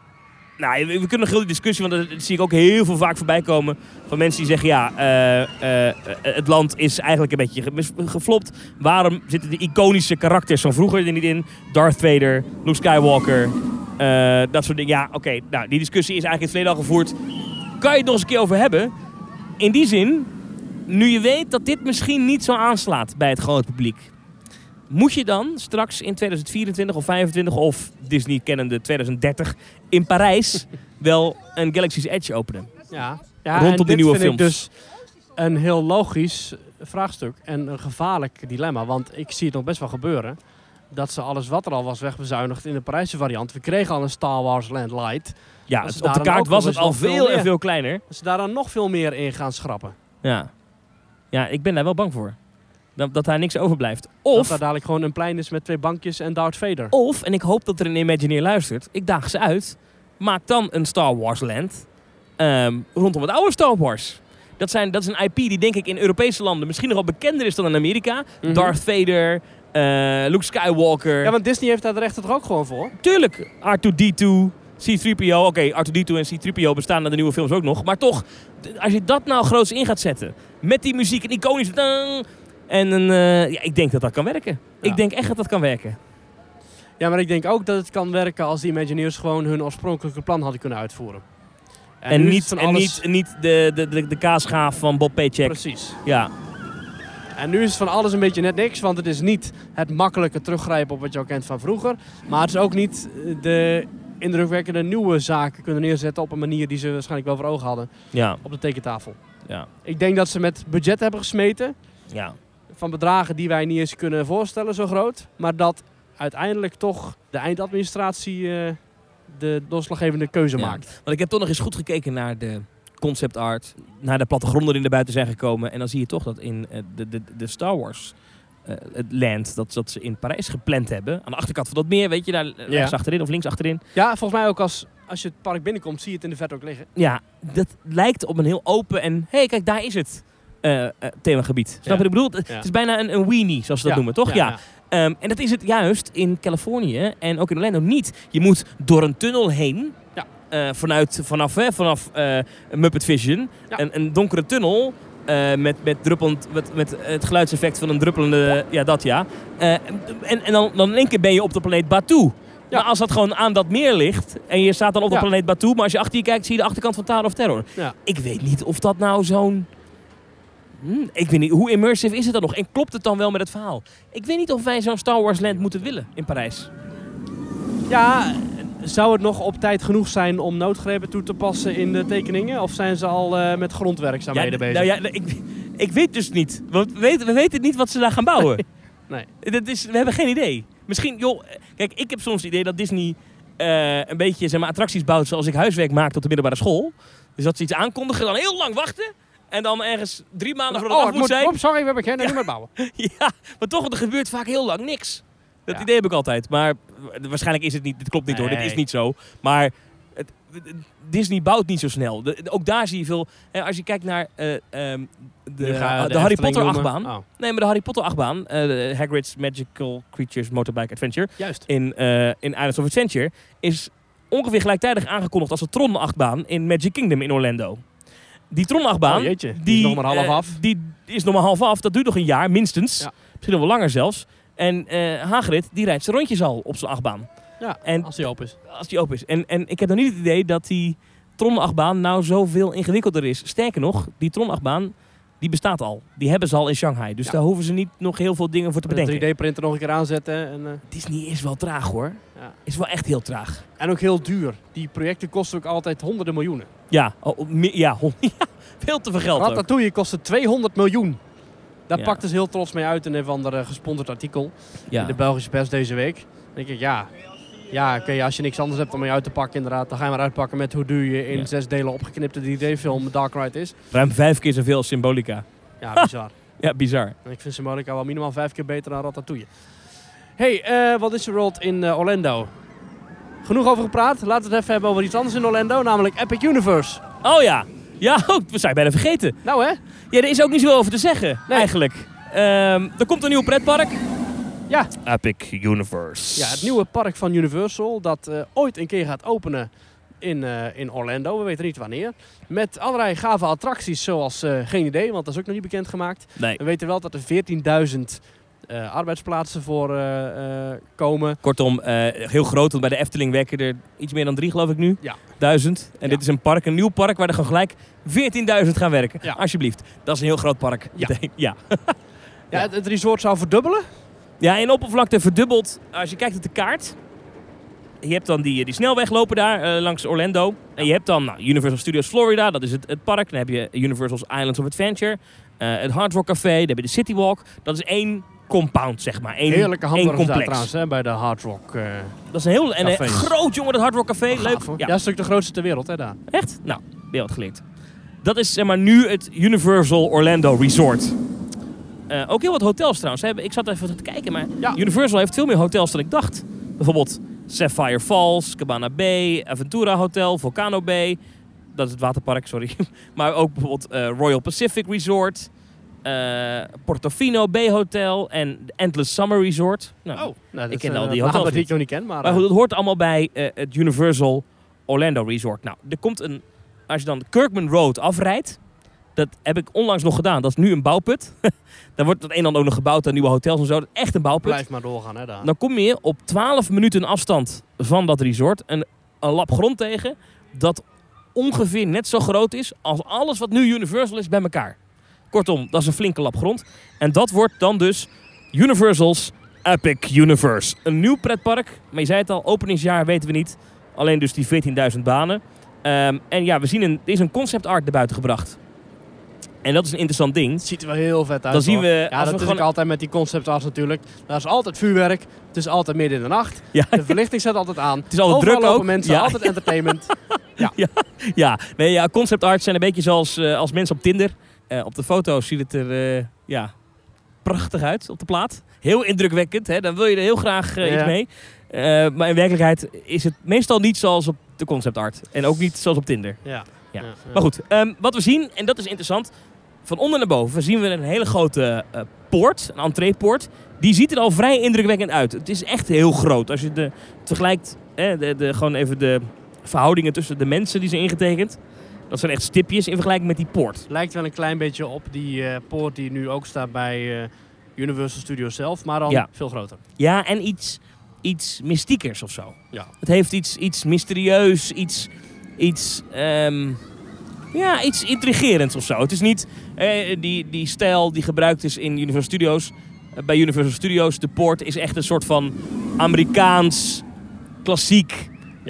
B: nou, we, we kunnen een grote discussie, want dat, dat zie ik ook heel veel vaak voorbij komen. Van mensen die zeggen, ja, uh, uh, het land is eigenlijk een beetje ge- geflopt. Waarom zitten de iconische karakters van vroeger er niet in? Darth Vader, Luke Skywalker, uh, dat soort dingen. Ja, oké, okay, nou, die discussie is eigenlijk in het verleden al gevoerd. Kan je het nog eens een keer over hebben? In die zin, nu je weet dat dit misschien niet zo aanslaat bij het grote publiek. Moet je dan straks in tweeduizend vierentwintig of vijfentwintig of Disney kennende tweeduizend dertig in Parijs wel een Galaxy's Edge openen?
A: Ja, ja
B: Rondom
A: en
B: die
A: dit
B: nieuwe
A: vind
B: films.
A: ik dus een heel logisch vraagstuk en een gevaarlijk dilemma. Want ik zie het nog best wel gebeuren dat ze alles wat er al was wegbezuinigd in de Parijse variant. We kregen al een Star Wars Land Light.
B: Ja,
A: Als
B: het,
A: ze
B: op de
A: daar dan
B: kaart
A: ook
B: was
A: nog
B: het al
A: eens nog
B: veel
A: veel
B: en
A: meer-
B: veel kleiner.
A: Dat ze daar dan nog veel meer in gaan schrappen.
B: Ja, ja ik ben daar wel bang voor. Dat, dat daar niks overblijft.
A: Dat
B: Of,
A: daar dadelijk gewoon een plein is met twee bankjes en Darth Vader.
B: of, en ik hoop dat er een Imagineer luistert, ik daag ze uit, maak dan een Star Wars Land um, rondom het oude Star Wars. Dat, zijn, dat is een I P die denk ik in Europese landen misschien nog wel bekender is dan in Amerika.
A: Mhm.
B: Darth Vader, uh, Luke Skywalker.
A: Ja, want Disney heeft daar de rechten toch ook gewoon voor?
B: Tuurlijk, R twee D twee, C drie P O. Oké, okay, R twee D twee en C drie P O bestaan naar de nieuwe films ook nog. Maar toch, d- als je dat nou groots in gaat zetten, met die muziek, een iconische... tang, en een, uh, ja, ik denk dat dat kan werken.
A: Ja.
B: Ik denk echt dat dat kan werken.
A: Ja, maar ik denk ook dat het kan werken als die Imagineers gewoon hun oorspronkelijke plan hadden kunnen uitvoeren.
B: En,
A: nu is
B: niet,
A: het van
B: en
A: alles-
B: niet, niet de, de, de, de kaasgaaf van Bob Paycheck.
A: Precies.
B: Ja.
A: En nu is het van alles een beetje net niks, want het is niet het makkelijke teruggrijpen op wat je al kent van vroeger. Maar het is ook niet de indrukwekkende nieuwe zaken kunnen neerzetten op een manier die ze waarschijnlijk wel voor ogen hadden
B: Ja.
A: op de tekentafel.
B: Ja.
A: Ik denk dat ze met budget hebben gesmeten.
B: Ja.
A: Van bedragen die wij niet eens kunnen voorstellen, zo groot. Maar dat uiteindelijk toch de eindadministratie uh, de doorslaggevende keuze
B: ja.
A: maakt.
B: Want ik heb toch nog eens goed gekeken naar de concept art. Naar de plattegronden die naar buiten zijn gekomen. En dan zie je toch dat in uh, de, de, de Star Wars uh, het land dat, dat ze in Parijs gepland hebben. Aan de achterkant van dat meer, weet je, daar ja. rechts achterin of links achterin.
A: Ja, volgens mij ook als, als je het park binnenkomt, zie je het in de verte ook liggen.
B: Ja, dat lijkt op een heel open en... Hé, hey, kijk, daar is het uh, uh, themagebied. Snap je
A: ja.
B: wat ik bedoel? Het
A: ja.
B: is bijna een, een weenie, zoals ze dat
A: ja.
B: noemen, toch? Ja.
A: ja.
B: ja. Um, en dat is het juist in Californië en ook in Orlando niet. Je moet door een tunnel heen.
A: Ja.
B: Uh, vanuit, vanaf hè, vanaf uh, Muppet Vision.
A: Ja.
B: Een, een donkere tunnel. Uh, met, met, druppelend, met, met het geluidseffect van een druppelende... Ja, dat ja. Uh, en en dan, dan in één keer ben je op de planeet Batuu. Ja. Maar als dat gewoon aan dat meer ligt... En je staat dan op de
A: ja.
B: planeet Batuu... Maar als je achter je kijkt, zie je de achterkant van Tower of Terror.
A: Ja.
B: Ik weet niet of dat nou zo'n... Hmm, ik weet niet, hoe immersive is het dan nog? En klopt het dan wel met het verhaal? Ik weet niet of wij zo'n Star Wars land moeten willen in Parijs.
A: Ja, zou het nog op tijd genoeg zijn om noodgrepen toe te passen in de tekeningen? Of zijn ze al uh, met grondwerkzaamheden
B: ja,
A: bezig?
B: Nou ja, ik, ik weet dus niet. Want we weten, we weten niet wat ze daar gaan bouwen.
A: Nee.
B: Dat is, we hebben geen idee. Misschien, joh, kijk, ik heb soms het idee dat Disney uh, een beetje zeg maar, attracties bouwt zoals ik huiswerk maak op de middelbare school. Dus dat ze iets aankondigen, dan heel lang wachten. En dan ergens drie maanden voordat het
A: oh,
B: af moet zijn.
A: Oh, sorry, we beginnen
B: ja.
A: niet meer bouwen.
B: Ja, maar toch, er gebeurt vaak heel lang niks. Dat
A: ja.
B: idee heb ik altijd. Maar waarschijnlijk is het niet, dit klopt niet
A: nee.
B: hoor, dit is niet zo. Maar het, Disney bouwt niet zo snel. De, ook daar zie je veel, hè, als je kijkt naar uh, um, de,
A: de,
B: de, de Harry Potter achtbaan. Oh. Nee, maar de Harry Potter achtbaan, uh, de Hagrid's Magical Creatures Motorbike Adventure.
A: Juist.
B: In, uh, in Islands of Adventure is ongeveer gelijktijdig aangekondigd als de Tron achtbaan in Magic Kingdom in Orlando. Die Tron achtbaan,
A: oh, jeetje, die,
B: die
A: is nog maar half
B: uh,
A: af.
B: Die is nog maar half af. Dat duurt nog een jaar, minstens.
A: Ja.
B: Misschien wel langer zelfs. En uh, Hagrid, die rijdt zijn rondjes al op zijn achtbaan.
A: Ja,
B: en,
A: als die open is.
B: Als die open is. En, en ik heb nog niet het idee dat die Tron-achtbaan nou zoveel ingewikkelder is. Sterker nog, die Tron-achtbaan, die bestaat al. Die hebben ze al in Shanghai. Dus ja. daar hoeven ze niet nog heel veel dingen voor te bedenken.
A: De drie D-printer nog een keer aanzetten. En, uh...
B: Disney is wel traag hoor.
A: Ja.
B: Is wel echt heel traag.
A: En ook heel duur. Die projecten kosten ook altijd honderden miljoenen.
B: Ja, oh, ja, ja veel te veel geld ook.
A: Ratatouille kostte tweehonderd miljoen. Daar
B: ja.
A: pakten ze heel trots mee uit in een of ander gesponsord artikel. Ja. In de Belgische pers deze week. Dan denk ik, ja, ja oké, okay, als je niks anders hebt om mee uit te pakken inderdaad, dan ga je maar uitpakken met hoe duur je in ja. zes delen opgeknipte drie D-film Dark Ride is.
B: Ruim vijf keer zoveel als Symbolica.
A: Ja, bizar.
B: Ja, bizar.
A: En ik vind Symbolica wel minimaal vijf keer beter dan Ratatouille. Hey, uh, wat is er World in uh, Orlando? Genoeg over gepraat. Laten we het even hebben over iets anders in Orlando, namelijk Epic Universe.
B: Oh ja. Ja, we zijn bijna vergeten.
A: Nou hè?
B: Ja, er is ook niet zoveel over te zeggen, nee. eigenlijk. Um, er komt een nieuw pretpark.
A: Ja.
B: Epic Universe.
A: Ja, het nieuwe park van Universal dat uh, ooit een keer gaat openen in, uh, in Orlando. We weten niet wanneer. Met allerlei gave attracties zoals, uh, geen idee, want dat is ook nog niet bekendgemaakt.
B: Nee.
A: We weten wel dat er veertienduizend uh, arbeidsplaatsen voor uh, uh, komen.
B: Kortom, uh, heel groot, want bij de Efteling werken er iets meer dan drie, geloof ik nu.
A: Ja.
B: Duizend. En ja. dit is een park, een nieuw park waar er gewoon gelijk veertienduizend gaan werken.
A: Ja.
B: Alsjeblieft. Dat is een heel groot park.
A: Ja.
B: ja.
A: ja. ja het, het resort zou verdubbelen.
B: Ja, in oppervlakte verdubbeld. Als je kijkt op de kaart. Je hebt dan die, die snelweg lopen daar uh, langs Orlando. En je hebt dan nou, Universal Studios Florida, dat is het, het park. Dan heb je Universal's Islands of Adventure. Uh, het Hard Rock Café, dan heb je de City Walk. Dat is één compound, zeg maar. Eén,
A: heerlijke
B: hamburgers
A: complex trouwens, hè, bij de Hard Rock uh,
B: Dat is een heel en, uh, groot, jongen, dat Hard Rock Café.
A: Oh,
B: leuk.
A: Ja. ja, dat is ook de grootste ter wereld, hè, daar.
B: Echt? Nou, ben je wat geleerd. Dat is zeg maar nu het Universal Orlando Resort. Uh, ook heel wat hotels trouwens. Ik zat even te kijken, maar ja. Universal heeft veel meer hotels dan ik dacht. Bijvoorbeeld Sapphire Falls, Cabana Bay, Aventura Hotel, Volcano Bay. Dat is het waterpark, sorry. Maar ook bijvoorbeeld uh, Royal Pacific Resort, uh, Portofino Bay Hotel en Endless Summer Resort. Nou,
A: oh, nou,
B: ik ken
A: uh,
B: al die hotels
A: die ik nog niet ken. Maar,
B: maar goed, dat hoort allemaal bij uh, het Universal Orlando Resort. Nou, er komt een, als je dan Kirkman Road afrijdt, dat heb ik onlangs nog gedaan. Dat is nu een bouwput. Dan wordt het een en ander ook nog gebouwd aan nieuwe hotels en zo. Dat is echt een bouwput.
A: Blijf maar doorgaan, hè, daar.
B: Dan kom je op twaalf minuten afstand van dat resort een, een lap grond tegen dat ongeveer net zo groot is als alles wat nu Universal is bij elkaar. Kortom, dat is een flinke lap grond. En dat wordt dan dus Universal's Epic Universe. Een nieuw pretpark. Maar je zei het al, openingsjaar weten we niet. Alleen dus die veertienduizend banen. Um, en ja, we zien een, er is een concept art naar buiten gebracht. En dat is een interessant ding.
A: Het ziet er wel heel vet uit.
B: Dan zien
A: hoor.
B: we...
A: Ja,
B: als
A: dat
B: we
A: is
B: gewoon...
A: ook altijd met die concept arts natuurlijk. Daar is altijd vuurwerk. Het is altijd midden in de nacht.
B: Ja.
A: De verlichting staat altijd aan.
B: Het is altijd
A: Overal
B: druk
A: lopen
B: ook.
A: mensen,
B: Ja.
A: altijd entertainment. Ja.
B: Ja, ja. Nee, ja, concept art zijn een beetje zoals uh, als mensen op Tinder. Uh, op de foto's ziet het er uh, ja, prachtig uit op de plaat. Heel indrukwekkend. Hè? Dan wil je er heel graag uh,
A: ja.
B: iets mee. Uh, maar in werkelijkheid is het meestal niet zoals op de concept art. En ook niet zoals op Tinder.
A: Ja.
B: Ja.
A: Ja, ja.
B: Maar goed, um, wat we zien, en dat is interessant. Van onder naar boven zien we een hele grote uh, poort, een entreepoort. Die ziet er al vrij indrukwekkend uit. Het is echt heel groot. Als je de, het vergelijkt, eh, de, de, gewoon even de verhoudingen tussen de mensen die zijn ingetekend. Dat zijn echt stipjes in vergelijking met die poort.
A: Lijkt wel een klein beetje op die uh, poort die nu ook staat bij uh, Universal Studios zelf, maar dan
B: ja.
A: veel groter.
B: Ja, en iets, iets mystiekers of zo.
A: Ja.
B: Het heeft iets, iets mysterieus, iets, iets, um, ja, iets intrigerends of zo. Het is niet eh, die, die stijl die gebruikt is in Universal Studios. Uh, bij Universal Studios, de poort is echt een soort van Amerikaans, klassiek...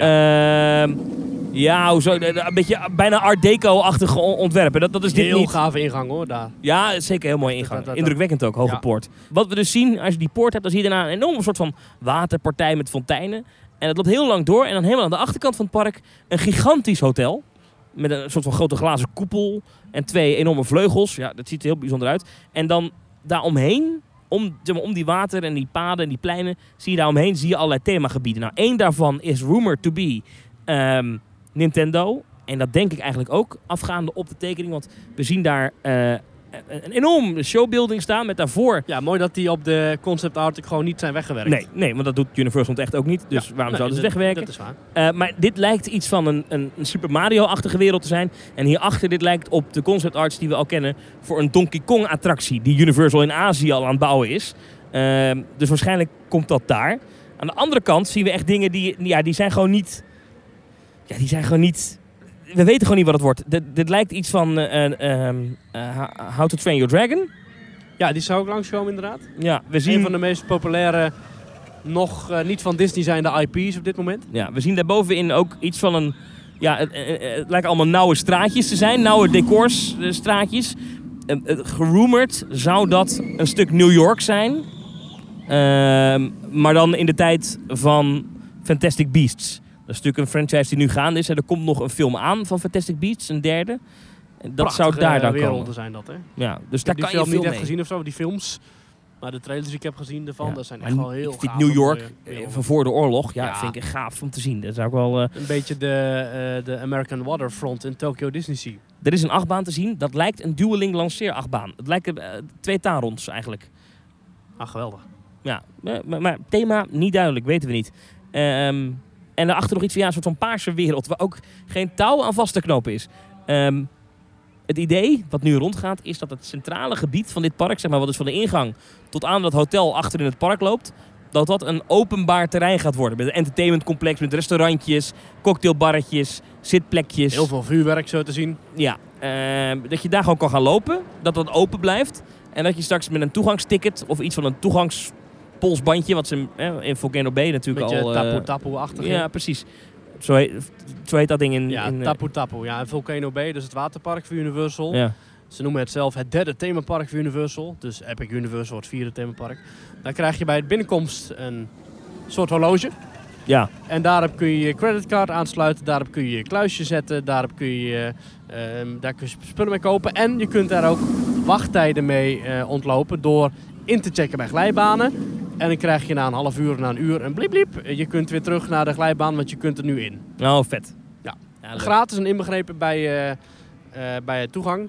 B: Ja, uh, ja hoezo, een beetje bijna art deco-achtige ontwerpen. Dat, dat is dit
A: heel
B: niet.
A: gave ingang hoor, daar.
B: Ja, zeker heel mooie ingang.
A: Dat, dat, dat,
B: Indrukwekkend ook, hoge
A: ja.
B: poort. Wat we dus zien, als je die poort hebt, dan zie je daarna een enorme soort van waterpartij met fonteinen. En dat loopt heel lang door. En dan helemaal aan de achterkant van het park een gigantisch hotel. Met een soort van grote glazen koepel en twee enorme vleugels. Ja, dat ziet er heel bijzonder uit. En dan daaromheen... Om, zeg maar, om die water en die paden en die pleinen zie je daaromheen zie je allerlei themagebieden. Nou, één daarvan is rumored to be um, Nintendo. En dat denk ik eigenlijk ook afgaande op de tekening. Want we zien daar uh, een enorm showbuilding staan met daarvoor...
A: Ja, mooi dat die op de concept art gewoon niet zijn weggewerkt.
B: Nee, nee, want dat doet Universal echt ook niet. Dus
A: ja,
B: waarom
A: nee,
B: zouden ze
A: dat,
B: het wegwerken?
A: Dat is waar.
B: Uh, maar dit lijkt iets van een, een, een Super Mario-achtige wereld te zijn. En hierachter dit lijkt op de concept arts die we al kennen voor een Donkey Kong attractie die Universal in Azië al aan het bouwen is. Uh, dus waarschijnlijk komt dat daar. Aan de andere kant zien we echt dingen die, ja, die zijn gewoon niet... Ja, die zijn gewoon niet... We weten gewoon niet wat het wordt. D- dit lijkt iets van uh, uh, uh, How to Train Your Dragon.
A: Ja, die zou ook langskomen inderdaad.
B: Ja, we zien...
A: Een van de meest populaire, nog uh, niet van Disney zijnde I P's op dit moment.
B: Ja, we zien daarbovenin ook iets van een... Ja, het, het, het lijken allemaal nauwe straatjes te zijn. Nauwe decors, uh, straatjes. Uh, uh, gerumored zou dat een stuk New York zijn. Uh, maar dan in de tijd van Fantastic Beasts. Dat is natuurlijk een franchise die nu gaande is. En er komt nog een film aan van Fantastic Beasts, een derde. En dat
A: Prachtige
B: zou daar dan
A: werelden
B: komen.
A: zijn dat, hè?
B: Ja, dus
A: Ik
B: daar
A: heb die
B: kan
A: film
B: je veel
A: niet echt
B: mee.
A: gezien of zo, die films. Maar de trailers die ik heb gezien ervan,
B: Ja.
A: dat zijn
B: Maar
A: echt wel heel
B: ik vind
A: gave
B: New York
A: mooie
B: eh,
A: werelden.
B: van voor de oorlog, ja,
A: Ja.
B: vind ik echt gaaf om te zien. Dat zou ik wel... Uh...
A: Een beetje de, uh, de American Waterfront in Tokyo Disney Sea.
B: Er is een achtbaan te zien. Dat lijkt een dueling lanceerachtbaan. Het lijken uh, twee Tarons eigenlijk.
A: Ah, geweldig.
B: Ja, maar, maar thema niet duidelijk, weten we niet. Um, en daarachter nog iets van ja, een soort van paarse wereld waar ook geen touw aan vast te knopen is. Um, het idee wat nu rondgaat is dat het centrale gebied van dit park, zeg maar wat dus van de ingang tot aan dat hotel achter in het park loopt, dat dat een openbaar terrein gaat worden. Met een entertainmentcomplex, met restaurantjes, cocktailbarretjes, zitplekjes.
A: Heel veel vuurwerk zo te zien.
B: Ja, uh, dat je daar gewoon kan gaan lopen, dat dat open blijft. En dat je straks met een toegangsticket of iets van een toegangspolsbandje, wat ze eh, in Volcano Bay natuurlijk
A: Beetje
B: al...
A: tapu
B: Uh,
A: tapu-achtig.
B: ja, precies. Zo heet, zo heet dat ding in...
A: Ja,
B: in, uh,
A: tapu tapu. Ja, en Volcano Bay, dus het waterpark voor Universal.
B: ja.
A: Ze noemen het zelf het derde themapark voor Universal. Dus Epic Universal wordt het vierde themapark. Dan krijg je bij het binnenkomst een soort horloge.
B: Ja.
A: En daarop kun je je creditcard aansluiten. Daarop kun je je kluisje zetten. Daarop kun je, uh, daar kun je spullen mee kopen. En je kunt daar ook wachttijden mee uh, ontlopen door in te checken bij glijbanen. En dan krijg je na een half uur, na een uur een bliep bliep. Je kunt weer terug naar de glijbaan, want je kunt er nu in.
B: Oh, vet.
A: Ja.
B: Ja, leuk.
A: Gratis en inbegrepen bij, uh, uh, bij het toegang.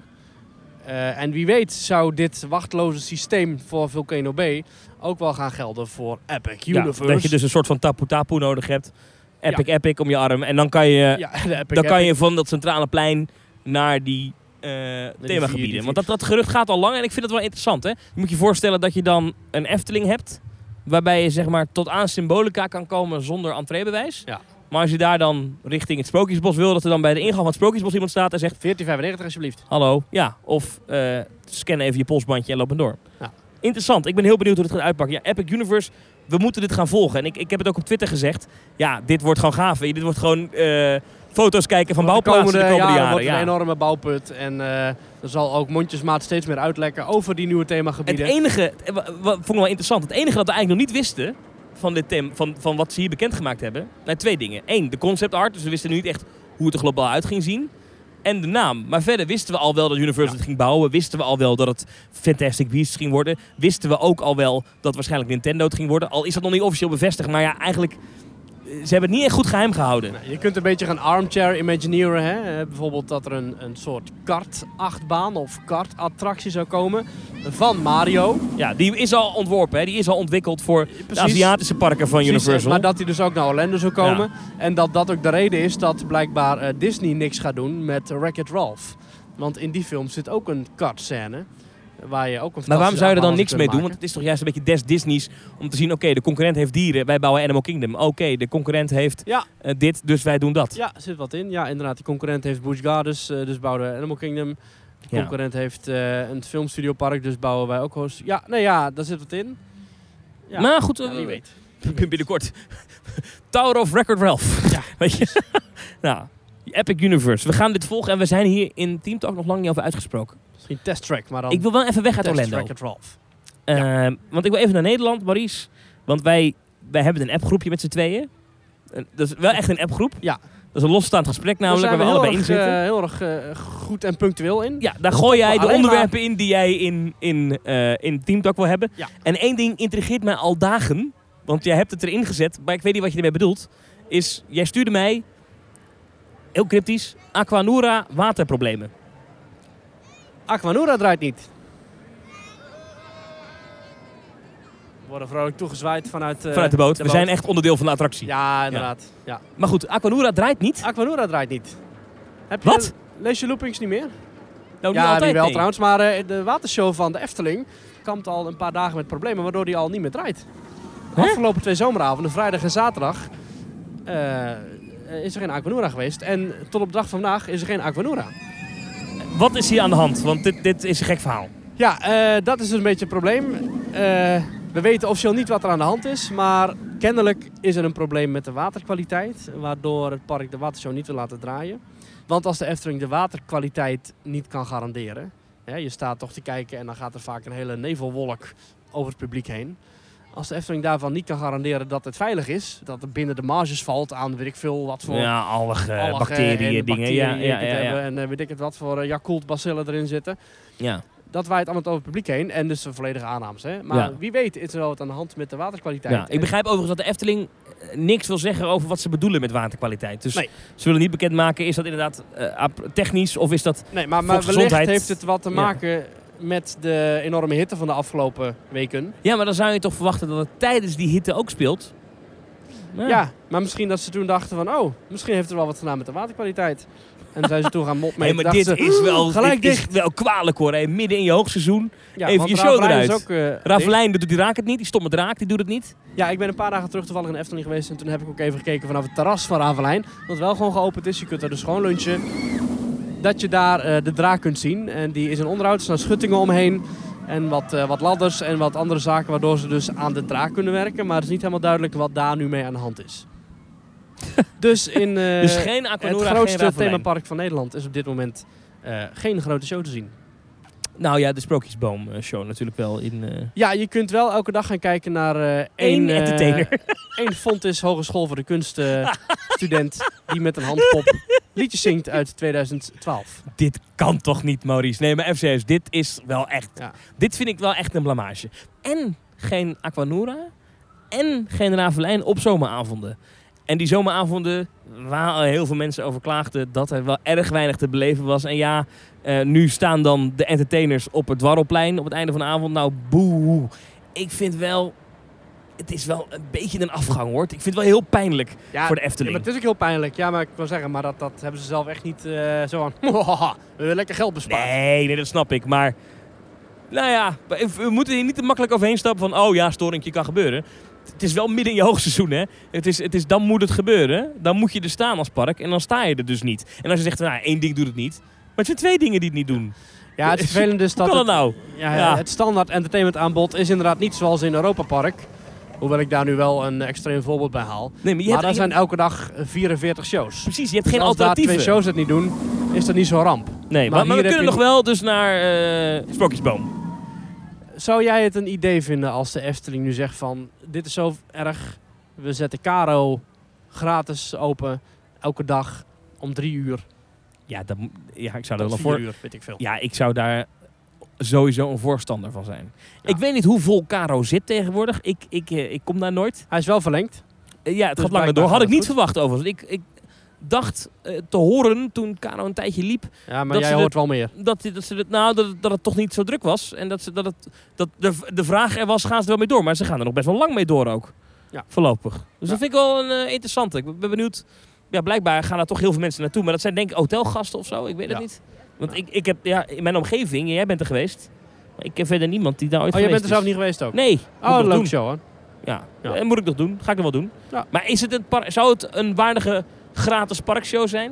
A: Uh, en wie weet zou dit wachtloze systeem voor Volcano Bay ook wel gaan gelden voor Epic
B: Ja,
A: Universe.
B: dat je dus een soort van tapu tapu nodig hebt. Epic
A: Ja.
B: Epic om je arm. En dan kan je,
A: ja, de Epic,
B: dan kan
A: Epic.
B: je van dat centrale plein naar die uh, themagebieden.
A: vier,
B: Want dat, dat gerucht gaat al lang en ik vind het wel interessant. Hè? Je moet je voorstellen dat je dan een Efteling hebt. Waarbij je zeg maar tot aan Symbolica kan komen zonder entreebewijs.
A: Ja.
B: Maar als je daar dan richting het Sprookjesbos wil, dat er dan bij de ingang van het Sprookjesbos iemand staat en zegt...
A: veertien vijfennegentig alsjeblieft.
B: Hallo, ja. Of uh, scan even je polsbandje en loop maar door.
A: Ja.
B: Interessant. Ik ben heel benieuwd hoe dit gaat uitpakken. Ja, Epic Universe, we moeten dit gaan volgen. En ik, ik heb het ook op Twitter gezegd. Ja, dit wordt gewoon gaaf. Dit wordt gewoon uh, foto's kijken van
A: Want
B: bouwplaatsen de komende
A: jaren.
B: jaren.
A: wordt
B: Ja.
A: een enorme bouwput. En uh, er zal ook mondjesmaat steeds meer uitlekken over die nieuwe themagebieden.
B: Het enige, wat vond ik wel interessant, het enige dat we eigenlijk nog niet wisten van, dit thema, van, van wat ze hier bekendgemaakt hebben, nou, twee dingen. Eén, de concept art, dus we wisten nu niet echt hoe het er globaal uit ging zien. En de naam. Maar verder wisten we al wel dat Universal ja. het ging bouwen. Wisten we al wel dat het Fantastic Beasts ging worden. Wisten we ook al wel dat waarschijnlijk Nintendo het ging worden. Al is dat nog niet officieel bevestigd. Maar ja, eigenlijk... Ze hebben het niet echt goed geheim gehouden.
A: Nou, je kunt een beetje gaan armchair imagineeren. Hè? Bijvoorbeeld dat er een, een soort kart-achtbaan of kart-attractie zou komen van Mario.
B: Ja, die is al ontworpen. Hè? Die is al ontwikkeld voor
A: Precies.
B: de Aziatische parken van
A: Precies,
B: Universal.
A: maar dat die dus ook naar Orlando zou komen.
B: Ja.
A: En dat dat ook de reden is dat blijkbaar uh, Disney niks gaat doen met Wreck-It Ralph. Want in die film zit ook een kartscène. Waar je ook een
B: maar waarom zou je er dan niks mee doen?
A: maken?
B: Want het is toch juist een beetje des Disney's om te zien... Oké, okay, de concurrent heeft dieren, wij bouwen Animal Kingdom. Oké, okay, de concurrent heeft
A: ja.
B: uh, dit, dus wij doen dat.
A: Ja, er zit wat in. Ja, inderdaad. Die concurrent heeft Busch Gardens, uh, dus bouwen we Animal Kingdom. De
B: ja.
A: concurrent heeft uh, een filmstudiopark, dus bouwen wij ook host. Ja, nee, ja, daar zit wat in. Ja.
B: Maar goed,
A: ja, wie weet.
B: Binnenkort. Tower of Wreck-It Ralph.
A: Ja.
B: Weet je? Nou, Epic Universe. We gaan dit volgen en we zijn hier in Team Talk nog lang niet over uitgesproken.
A: Misschien Test Track, maar dan...
B: Ik wil wel even weg uit
A: Test
B: Orlando.
A: Wreck-It Ralph.
B: Uh,
A: ja.
B: Want ik wil even naar Nederland, Maurice. Want wij, wij hebben een appgroepje met z'n tweeën. Uh, dat is wel echt een appgroep.
A: Ja.
B: Dat is een losstaand gesprek namelijk, waar we allebei in zitten.
A: Daar zijn we heel erg uh, goed en punctueel in.
B: Ja, daar gooi jij de onderwerpen
A: maar...
B: in die jij in, in, uh, in Team Talk wil hebben.
A: Ja.
B: En één ding intrigeert mij al dagen. Want jij hebt het erin gezet, maar ik weet niet wat je ermee bedoelt. Is, jij stuurde mij, heel cryptisch, Aquanura waterproblemen.
A: Aquanura draait niet. We worden vrolijk toegezwaaid vanuit, uh,
B: vanuit de boot.
A: de
B: We
A: boot.
B: zijn echt onderdeel van de attractie.
A: Ja, inderdaad. Ja. Ja.
B: Maar goed, Aquanura draait niet.
A: Aquanura draait niet. Heb je
B: Wat?
A: De, lees je loopings niet meer?
B: Nou,
A: ja,
B: niet altijd,
A: wie wel
B: nee.
A: trouwens. Maar uh, de watershow van de Efteling kampt al een paar dagen met problemen, waardoor die al niet meer draait. De
B: Huh?
A: afgelopen twee zomeravonden, vrijdag en zaterdag, uh, is er geen Aquanura geweest. En tot op de dag van vandaag is er geen Aquanura.
B: Wat is hier aan de hand? Want dit, dit is een gek verhaal.
A: Ja, uh, dat is dus een beetje het probleem. Uh, we weten officieel niet wat er aan de hand is, maar kennelijk is er een probleem met de waterkwaliteit, waardoor het park de watershow niet wil laten draaien. Want als de Efteling de waterkwaliteit niet kan garanderen, hè, je staat toch te kijken en dan gaat er vaak een hele nevelwolk over het publiek heen. Als de Efteling daarvan niet kan garanderen dat het veilig is, dat het binnen de marges valt aan weet ik veel wat voor
B: Ja, allige,
A: algen
B: bacteriën,
A: en
B: dingen.
A: bacteriën
B: Ja, ja, ja,
A: hebben
B: ja.
A: en uh, weet ik het wat voor uh, Yakult bacillen erin zitten.
B: ja.
A: Dat waait allemaal over het publiek heen en dus de volledige aannames. Hè? Maar
B: Ja.
A: wie weet is er wel wat aan de hand met de waterkwaliteit.
B: Ja, ik begrijp overigens dat de Efteling eh, niks wil zeggen over wat ze bedoelen met waterkwaliteit. Dus
A: Nee.
B: ze willen niet bekendmaken, is dat inderdaad uh, technisch of is dat...
A: Nee, maar, maar wellicht
B: volksgezondheid.
A: heeft het wat te
B: Ja.
A: maken met de enorme hitte van de afgelopen weken.
B: Ja, maar dan zou je toch verwachten dat het tijdens die hitte ook speelt?
A: Ja. maar misschien dat ze toen dachten van, oh, misschien heeft er wel wat gedaan met de waterkwaliteit. En zijn ze toen gaan mopmeten.
B: Nee, maar dit
A: ze,
B: is wel,
A: gelijk
B: dit is
A: dicht.
B: wel kwalijk hoor. Hè. Midden in je hoogseizoen.
A: Ja,
B: even
A: want
B: je show
A: Ravelijn
B: eruit.
A: is ook, uh,
B: Ravelijn doet die raakt het niet. Die stomme draak, die doet het niet.
A: dicht. Ja, ik ben een paar dagen terug toevallig in Efteling geweest. En toen heb ik ook even gekeken vanaf het terras van Ravelijn. Dat wel gewoon geopend is. Je kunt er dus gewoon lunchen. Dat je daar uh, de draak kunt zien. En die is in onderhoud. Er staan schuttingen omheen. En wat, uh, wat ladders en wat andere zaken. Waardoor ze dus aan de draak kunnen werken. Maar het is niet helemaal duidelijk wat daar nu mee aan de hand is. Dus in uh,
B: Dus geen
A: het
B: Aquanura, geen
A: grootste
B: Ravelijn.
A: themapark van Nederland is op dit moment uh, geen grote show te zien.
B: Nou ja, de Sprookjesboom eh, show natuurlijk wel in... Uh...
A: Ja, je kunt wel elke dag gaan kijken naar uh, één,
B: Eén
A: uh,
B: entertainer.
A: één Fontys Hogeschool voor de Kunst uh, student die met een handpop liedjes zingt uit tweeduizend twaalf.
B: Dit kan toch niet, Maurice? Nee, maar even serieus, dit is wel echt...
A: Ja.
B: Dit vind ik wel echt een blamage. En geen Aquanura en geen Ravelijn op zomeravonden. En die zomeravonden waar al heel veel mensen over klaagden dat er wel erg weinig te beleven was. En ja, uh, nu staan dan de entertainers op het Dwarrelplein op het einde van de avond. Nou, boe. Ik vind wel... Het is wel een beetje een afgang, hoor. Ik vind het wel heel pijnlijk
A: Ja,
B: voor de Efteling.
A: Ja, maar het is ook heel pijnlijk. Ja, maar ik wil zeggen, maar dat, dat hebben ze zelf echt niet uh, zo van... we hebben lekker geld bespaard.
B: Nee, nee, dat snap ik. Maar, nou ja, we moeten hier niet te makkelijk overheen stappen van... Oh ja, storingje kan gebeuren. Het is wel midden in je hoogseizoen, hè. Het is, het is, dan moet het gebeuren. Dan moet je er staan als park en dan sta je er dus niet. En als je zegt, nou, één ding doet het niet. Maar het zijn twee dingen die het niet doen.
A: Ja, het vervelende is
B: Hoe
A: dat
B: kan dat
A: het,
B: nou?
A: ja,
B: Ja.
A: het standaard entertainment aanbod is inderdaad niet zoals in Europa Park. Hoewel ik daar nu wel een extreem voorbeeld bij haal.
B: Nee, maar je
A: maar
B: hebt,
A: daar
B: je-
A: zijn elke dag vierenveertig shows.
B: Precies, je hebt
A: Dus
B: geen
A: als daar
B: alternatieven.
A: twee shows het niet doen, is dat niet zo'n ramp.
B: Nee,
A: maar
B: maar, maar we
A: hier heb
B: kunnen nog
A: je-
B: wel dus naar eh Sprookjesboom.
A: Zou jij het een idee vinden als de Efteling nu zegt van... dit is zo erg, we zetten Caro gratis open, elke dag om drie uur.
B: Ja, dat, mo- ja, ik zou
A: Tot
B: er wel
A: vier
B: voor...
A: uur, weet ik veel.
B: Ja, ik zou daar sowieso een voorstander van zijn.
A: Ja.
B: Ik weet niet hoe vol Caro zit tegenwoordig. Ik, ik, eh, ik kom daar nooit.
A: Hij is wel verlengd.
B: Eh, ja, het
A: Dus
B: gaat langer
A: blijkbaar
B: door. Had
A: gaat
B: ik
A: het
B: niet
A: goed.
B: verwacht overigens. Ik, ik dacht eh, te horen toen Caro een tijdje liep...
A: Ja, maar
B: Dat
A: jij
B: ze
A: hoort wel meer.
B: dat, dat, ze het, nou, dat, het- dat het toch niet zo druk was. En dat, ze, dat, het, dat de, de vraag er was, gaan ze er wel mee door? Maar ze gaan er nog best wel lang mee door ook.
A: Ja.
B: Voorlopig. Dus
A: Ja.
B: dat vind ik wel een eh, interessante. Ik ben benieuwd. Ja, blijkbaar gaan er toch heel veel mensen naartoe. Maar dat zijn denk ik hotelgasten of zo. Ik weet het
A: Ja.
B: niet. Want
A: Ja.
B: ik, ik heb ja, in mijn omgeving, jij bent er geweest. Maar ik ken verder niemand die daar ooit
A: Oh, jij
B: geweest
A: bent er zelf
B: is.
A: niet geweest ook?
B: Nee. moet ik
A: Oh,
B: nog
A: een leuke
B: doen.
A: show hoor.
B: Ja,
A: Ja.
B: Eh, moet ik nog doen. Ga ik nog wel doen.
A: Ja.
B: Maar is het een par- zou het een waardige gratis parkshow zijn?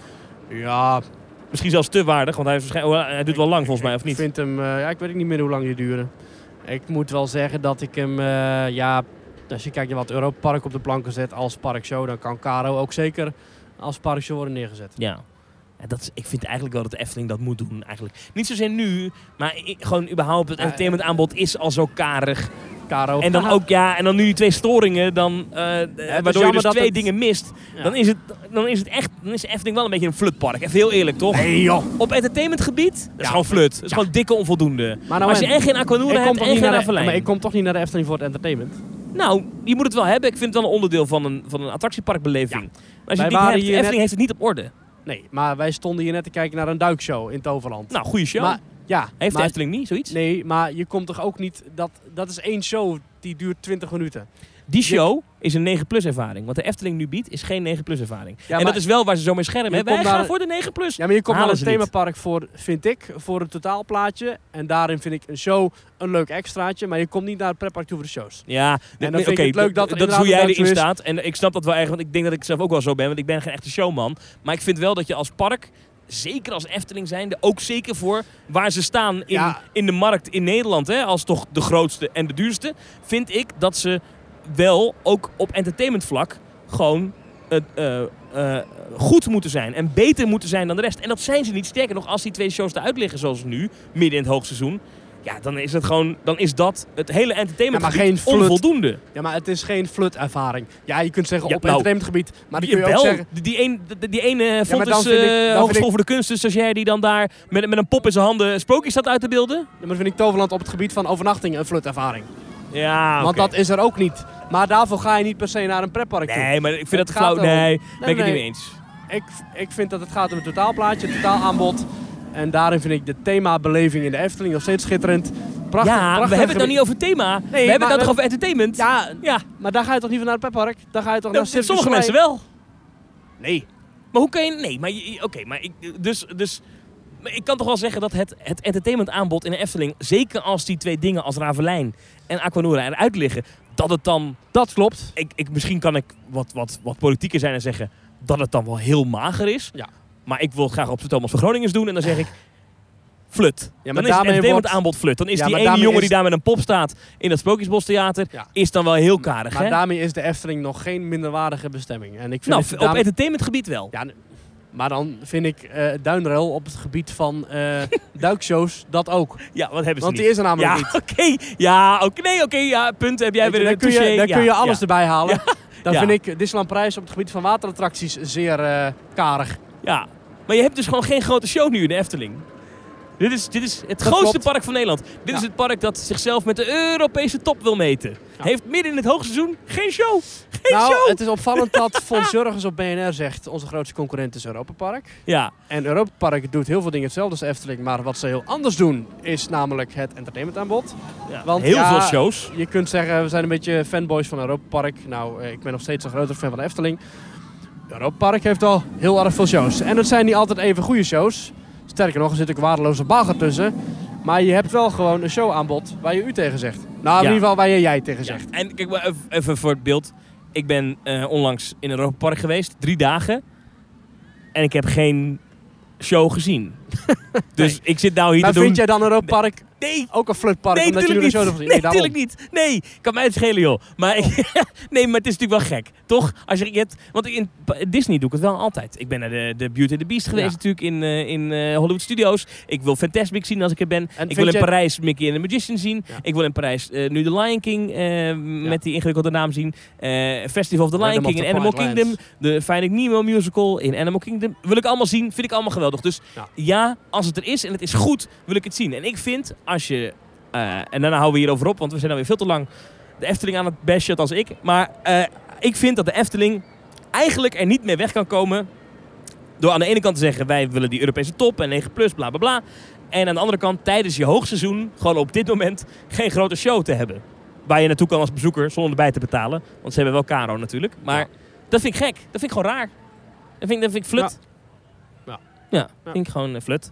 A: Ja,
B: Misschien zelfs te waardig, want hij, is waarschijnlijk, oh, hij doet wel lang volgens mij, of
A: ik
B: niet?
A: vind hem... eh, ja, ik weet niet meer hoe lang die duren. Ik moet wel zeggen dat ik hem... eh, ja, als je kijkt naar wat Europa Park op de planken zet als parkshow... dan kan Caro ook zeker als parkshow worden neergezet.
B: Ja. Ja, dat is, ik vind eigenlijk wel dat de Efteling dat moet doen. Eigenlijk. Niet zozeer nu, maar i- gewoon überhaupt het
A: Ja,
B: entertainmentaanbod is al zo karig.
A: Caro...
B: En dan ook, ja, en dan nu die twee storingen, dan, eh, waardoor je
A: jammer
B: dus
A: dat
B: twee
A: het-
B: dingen mist.
A: Ja.
B: Dan is het, dan is het echt, dan is de Efteling wel een beetje een flutpark. Even heel eerlijk, toch?
A: Nee joh!
B: Op entertainmentgebied, dat is
A: Ja.
B: gewoon flut. Dat is
A: Ja.
B: gewoon dikke onvoldoende.
A: Maar
B: Maar
A: nou
B: als je
A: en-
B: echt geen Aquanura
A: ik kom
B: hebt
A: toch
B: en
A: niet
B: geen
A: naar de,
B: Ravelijn.
A: maar ik kom toch niet naar de Efteling voor het entertainment?
B: Nou, je moet het wel hebben. Ik vind het wel een onderdeel van een, van een attractieparkbeleving. Maar als je
A: Wij
B: het niet
A: waren
B: hebt, de
A: hier
B: Efteling
A: net-
B: heeft het niet op orde.
A: Nee, maar wij stonden hier net te kijken naar een duikshow in Toverland.
B: Nou, goede show.
A: Maar ja,
B: heeft
A: maar,
B: de Efteling niet zoiets?
A: nee, maar je komt toch ook niet... Dat, dat is één show die duurt twintig minuten.
B: Die show is een negen plus ervaring. Wat de Efteling nu biedt, is geen negen plus ervaring.
A: Ja,
B: en
A: maar-
B: dat is wel waar ze zo mee schermen.
A: Je
B: hè. Wij
A: komt
B: gaan
A: naar-
B: voor de negen plus.
A: Ja, maar je komt
B: Halen
A: naar een
B: ze niet.
A: themapark voor, vind ik, voor het totaalplaatje. En daarin vind ik een show een leuk extraatje. Maar je komt niet naar het pretpark toe voor de shows.
B: Ja,
A: dan
B: nee,
A: vind ik
B: oké,
A: het leuk dat
B: dat
A: er
B: is hoe jij
A: inderdaad een
B: erin
A: duikshow
B: staat. En ik snap dat wel erg, want ik denk dat ik zelf ook wel zo ben. Want ik ben geen echte showman. Maar ik vind wel dat je als park, zeker als Efteling zijnde, ook zeker voor waar ze staan in,
A: Ja.
B: in de markt in Nederland, hè, als toch de grootste en de duurste, vind ik dat ze wel ook op entertainmentvlak gewoon eh, eh, eh, goed moeten zijn en beter moeten zijn dan de rest. En dat zijn ze niet. Sterker nog, als die twee shows eruit liggen zoals nu, midden in het hoogseizoen, ja, dan is het gewoon, dan is dat het hele entertainment
A: Ja, maar geen flut.
B: onvoldoende.
A: Ja, maar het is geen flut-ervaring. Ja, je kunt zeggen
B: Ja,
A: op
B: nou,
A: entertainmentgebied. Maar die
B: Die,
A: kun je ook
B: wel,
A: zeggen...
B: die, die, een, die, die ene
A: maar
B: vond
A: dan
B: dus
A: vind ik- dan
B: uh,
A: vind
B: Hogeschool
A: ik-
B: voor de Kunsten stagiair die dan daar met, met een pop in zijn handen sprookjes staat uit te beelden.
A: Ja, maar dan vind ik Toverland op het gebied van overnachting een flut-ervaring.
B: Ja,
A: Want
B: oké.
A: dat is er ook niet. Maar daarvoor ga je niet per se naar een pretpark toe.
B: Nee, maar ik vind
A: Het
B: dat
A: gaat
B: flauw.
A: erom-
B: Nee, ben ik het
A: nee.
B: niet mee eens.
A: Ik, ik vind dat het gaat om het totaalplaatje, het totaalaanbod. En daarin vind ik de themabeleving in de Efteling nog steeds schitterend. Prachtig,
B: Ja, we
A: prachtig
B: hebben het nou
A: gebied.
B: niet over thema. we hebben
A: maar
B: het nou
A: we-
B: toch over entertainment?
A: Ja,
B: ja.
A: maar daar ga je toch niet van naar het pretpark? Daar ga je toch
B: Nou,
A: naar Cirque du
B: sommige
A: Soleil?
B: mensen wel.
A: Nee.
B: Maar hoe kan je... Nee, maar... je- Oké, maar ik... Dus... dus maar ik kan toch wel zeggen dat het, het entertainmentaanbod in de Efteling, zeker als die twee dingen als Ravelijn en Aquanura eruit liggen, dat het dan...
A: Dat klopt.
B: Ik, ik, misschien kan ik wat, wat, wat politieker zijn en zeggen dat het dan wel heel mager is.
A: Ja.
B: Maar ik wil het graag op de Thomas van Groningers doen en dan zeg ik... Flut.
A: Ja, maar
B: dan is het
A: daarmee
B: entertainmentaanbod flut. Dan is
A: Ja,
B: die
A: maar
B: ene
A: daarmee
B: jongen
A: is-
B: die daar met een pop staat in het Sprookjesbostheater,
A: Ja.
B: is dan wel heel karig,
A: Maar
B: hè?
A: daarmee is de Efteling nog geen minderwaardige bestemming. En ik vind
B: Nou,
A: het
B: op
A: daarmee-
B: entertainmentgebied wel.
A: Ja, n- maar dan vind ik eh Duinruil op het gebied van eh duikshows dat ook.
B: Ja, wat hebben ze
A: Want
B: niet?
A: die is er namelijk
B: Ja,
A: niet.
B: oké. Ja, oké. Nee, oké. Ja, punt. Heb jij
A: Weet je,
B: weer
A: dan
B: een
A: kun je,
B: touché.
A: dan
B: Ja,
A: kun je alles
B: ja.
A: erbij halen. Dan
B: Ja.
A: vind ik Disneyland Prijs op het gebied van waterattracties zeer eh, karig.
B: Ja, maar je hebt dus gewoon geen grote show nu in de Efteling. Dit is, dit is het
A: Dat
B: grootste
A: klopt.
B: park van Nederland. Dit
A: Ja.
B: is het park dat zichzelf met de Europese top wil meten.
A: Ja.
B: Heeft midden in het hoogseizoen geen show. Geen
A: Nou,
B: show.
A: het is opvallend dat Fons Jurgens op B N R zegt... onze grootste concurrent is Europa Park.
B: Ja,
A: En Europa Park doet heel veel dingen hetzelfde als de Efteling. Maar wat ze heel anders doen, is namelijk het entertainmentaanbod.
B: ja.
A: Want
B: heel
A: ja,
B: veel shows.
A: Je kunt zeggen, we zijn een beetje fanboys van Europa Park. Nou, eh, ik ben nog steeds een grotere fan van de Efteling. Europa Park heeft al heel erg veel shows. En het zijn niet altijd even goede shows. Sterker nog, er zit ook waardeloze bagger tussen. Maar je hebt wel gewoon een showaanbod waar je u tegen zegt. Nou, in
B: Ja.
A: ieder geval waar je jij tegen
B: Ja.
A: zegt.
B: En kijk maar even, even voor het beeld. Ik ben eh, onlangs in Europa Park geweest. Drie dagen. En ik heb geen show gezien. Dus ik zit nou hier
A: Maar
B: te doen...
A: vind jij dan Europa Park
B: Nee,
A: ook een flutpark?
B: nee,
A: omdat je
B: natuurlijk
A: nu
B: niet.
A: zo
B: Nee,
A: nee,
B: natuurlijk niet. Nee, kan mij het schelen, joh. Maar ik, nee, maar het is natuurlijk wel gek. Toch? Als je, je hebt, want in Disney doe ik het wel altijd. Ik ben naar de, de Beauty and the Beast geweest
A: Ja.
B: natuurlijk in, uh, in uh, Hollywood Studios. Ik wil Fantasmic zien als ik er ben.
A: En
B: Ik wil in
A: jij...
B: Parijs Mickey and the Magician zien.
A: Ja.
B: Ik wil in Parijs uh, nu de Lion King uh, ja. met die ingewikkelde naam zien. Uh, Festival of the Lion
A: Random
B: King
A: of
B: in
A: the
B: Animal
A: Pride
B: Kingdom. De Finding Nemo musical in Animal Kingdom. Wil ik allemaal zien. Vind ik allemaal geweldig. Dus
A: Ja.
B: ja, als het er is en het is goed, wil ik het zien. En ik vind, als je... Uh, en daarna houden we hierover op, want we zijn alweer veel te lang de Efteling aan het bashen als ik. Maar uh, ik vind dat de Efteling eigenlijk er niet meer weg kan komen door aan de ene kant te zeggen, wij willen die Europese top en negen plus, bla bla bla. En aan de andere kant tijdens je hoogseizoen gewoon op dit moment geen grote show te hebben. Waar je naartoe kan als bezoeker zonder erbij te betalen. Want ze hebben wel Caro natuurlijk. Maar ja. dat vind ik gek. Dat vind ik gewoon raar. Dat vind, dat vind ik flut.
A: Ja.
B: Ja, ja, ja. vind ik gewoon uh, flut.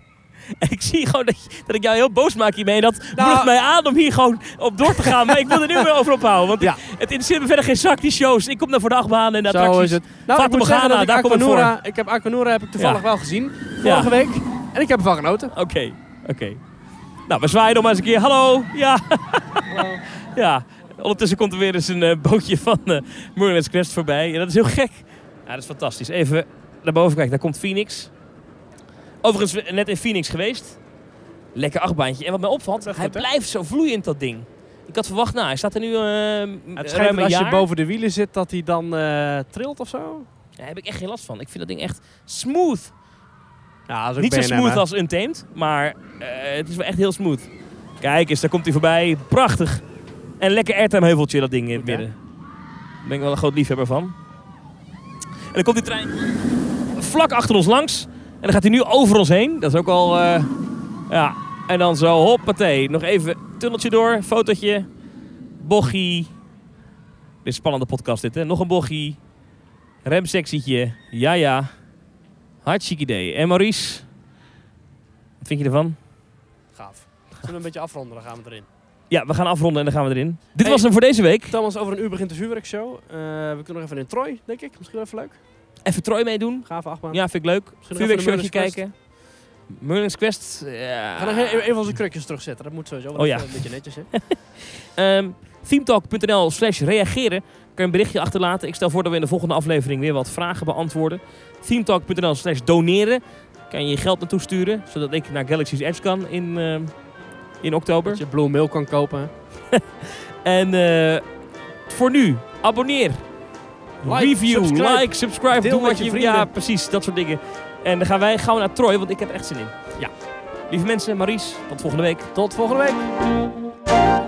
B: En ik zie gewoon dat, je, dat ik jou heel boos maak hiermee. Dat nou, moedigt mij aan om hier gewoon op door te gaan. Maar ik wil er nu meer over ophouden. Want ja. ik, het interesseert me verder geen zak, die shows. Ik kom naar voor de achtbaan en de attracties.
A: Zo is het. Nou, ik moet zeggen dat ik
B: daar
A: Aquanura, ik heb Aquanura heb ik toevallig ja. wel gezien. Vorige ja. week. En ik heb ervan genoten.
B: Oké, okay, oké. Okay. Nou, we zwaaien nog maar eens een keer. Hallo. Ja. Hallo. Ja. Ondertussen komt er weer eens een uh, bootje van uh, Merlin's Quest voorbij. En dat is heel gek. Ja, dat is fantastisch. Even naar boven kijken. Daar komt Phoenix. Overigens net in Phoenix geweest. Lekker achtbaantje. En wat mij opvalt, hij goed, blijft zo vloeiend, dat ding. Ik had verwacht, nou, hij staat er nu uh,
A: het schijnt dat als jaar. je boven de wielen zit, dat hij dan uh, trilt of zo?
B: Daar heb ik echt geen last van. Ik vind dat ding echt smooth.
A: Ja,
B: niet zo smooth als Untamed, maar uh, het is wel echt heel smooth. Kijk eens, daar komt hij voorbij. Prachtig. En lekker airtime-heuveltje, dat ding in het midden. Daar ben ik wel een groot liefhebber van. En dan komt die trein vlak achter ons langs. En dan gaat hij nu over ons heen. Dat is ook al... Uh, ja. En dan zo, hoppatee. Nog even tunneltje door, fotootje. Bochie. Dit is een spannende podcast dit, hè. Nog een bochie. Remsectietje. Ja, ja. Hartstikke idee. En Maurice? Wat vind je ervan?
A: Gaaf. Zullen we een beetje afronden, dan gaan we erin.
B: Ja, we gaan afronden en dan gaan we erin. Dit hey, was hem voor deze week.
A: Thomas, over een uur begint de vuurwerkshow. Uh, we kunnen nog even in Troy, denk ik. Misschien wel even leuk.
B: Even Troy meedoen.
A: Gave achtbaan.
B: Ja, vind ik leuk. Vuurwerkshowtje kijken. Merlin's Quest. Ja.
A: We gaan nog even onze krukjes terugzetten. Dat moet sowieso wel
B: oh, ja.
A: een beetje netjes. Hè?
B: um, themetalk.nl slash reageren. Kan je een berichtje achterlaten. Ik stel voor dat we in de volgende aflevering weer wat vragen beantwoorden. themetalk.nl slash doneren. Kan je je geld naartoe sturen. Zodat ik naar Galaxy's Edge kan in, uh, in oktober.
A: Dat je Blue Mail kan kopen.
B: En uh, voor nu, abonneer. Like, Review, subscribe, like, subscribe,
A: deel
B: doe
A: wat
B: wat
A: je
B: je...
A: vrienden.
B: Ja, precies, dat soort dingen. En dan gaan wij gaan we naar Troy, want ik heb er echt zin in. Ja. Lieve mensen, Maurice, tot volgende week.
A: Tot volgende week.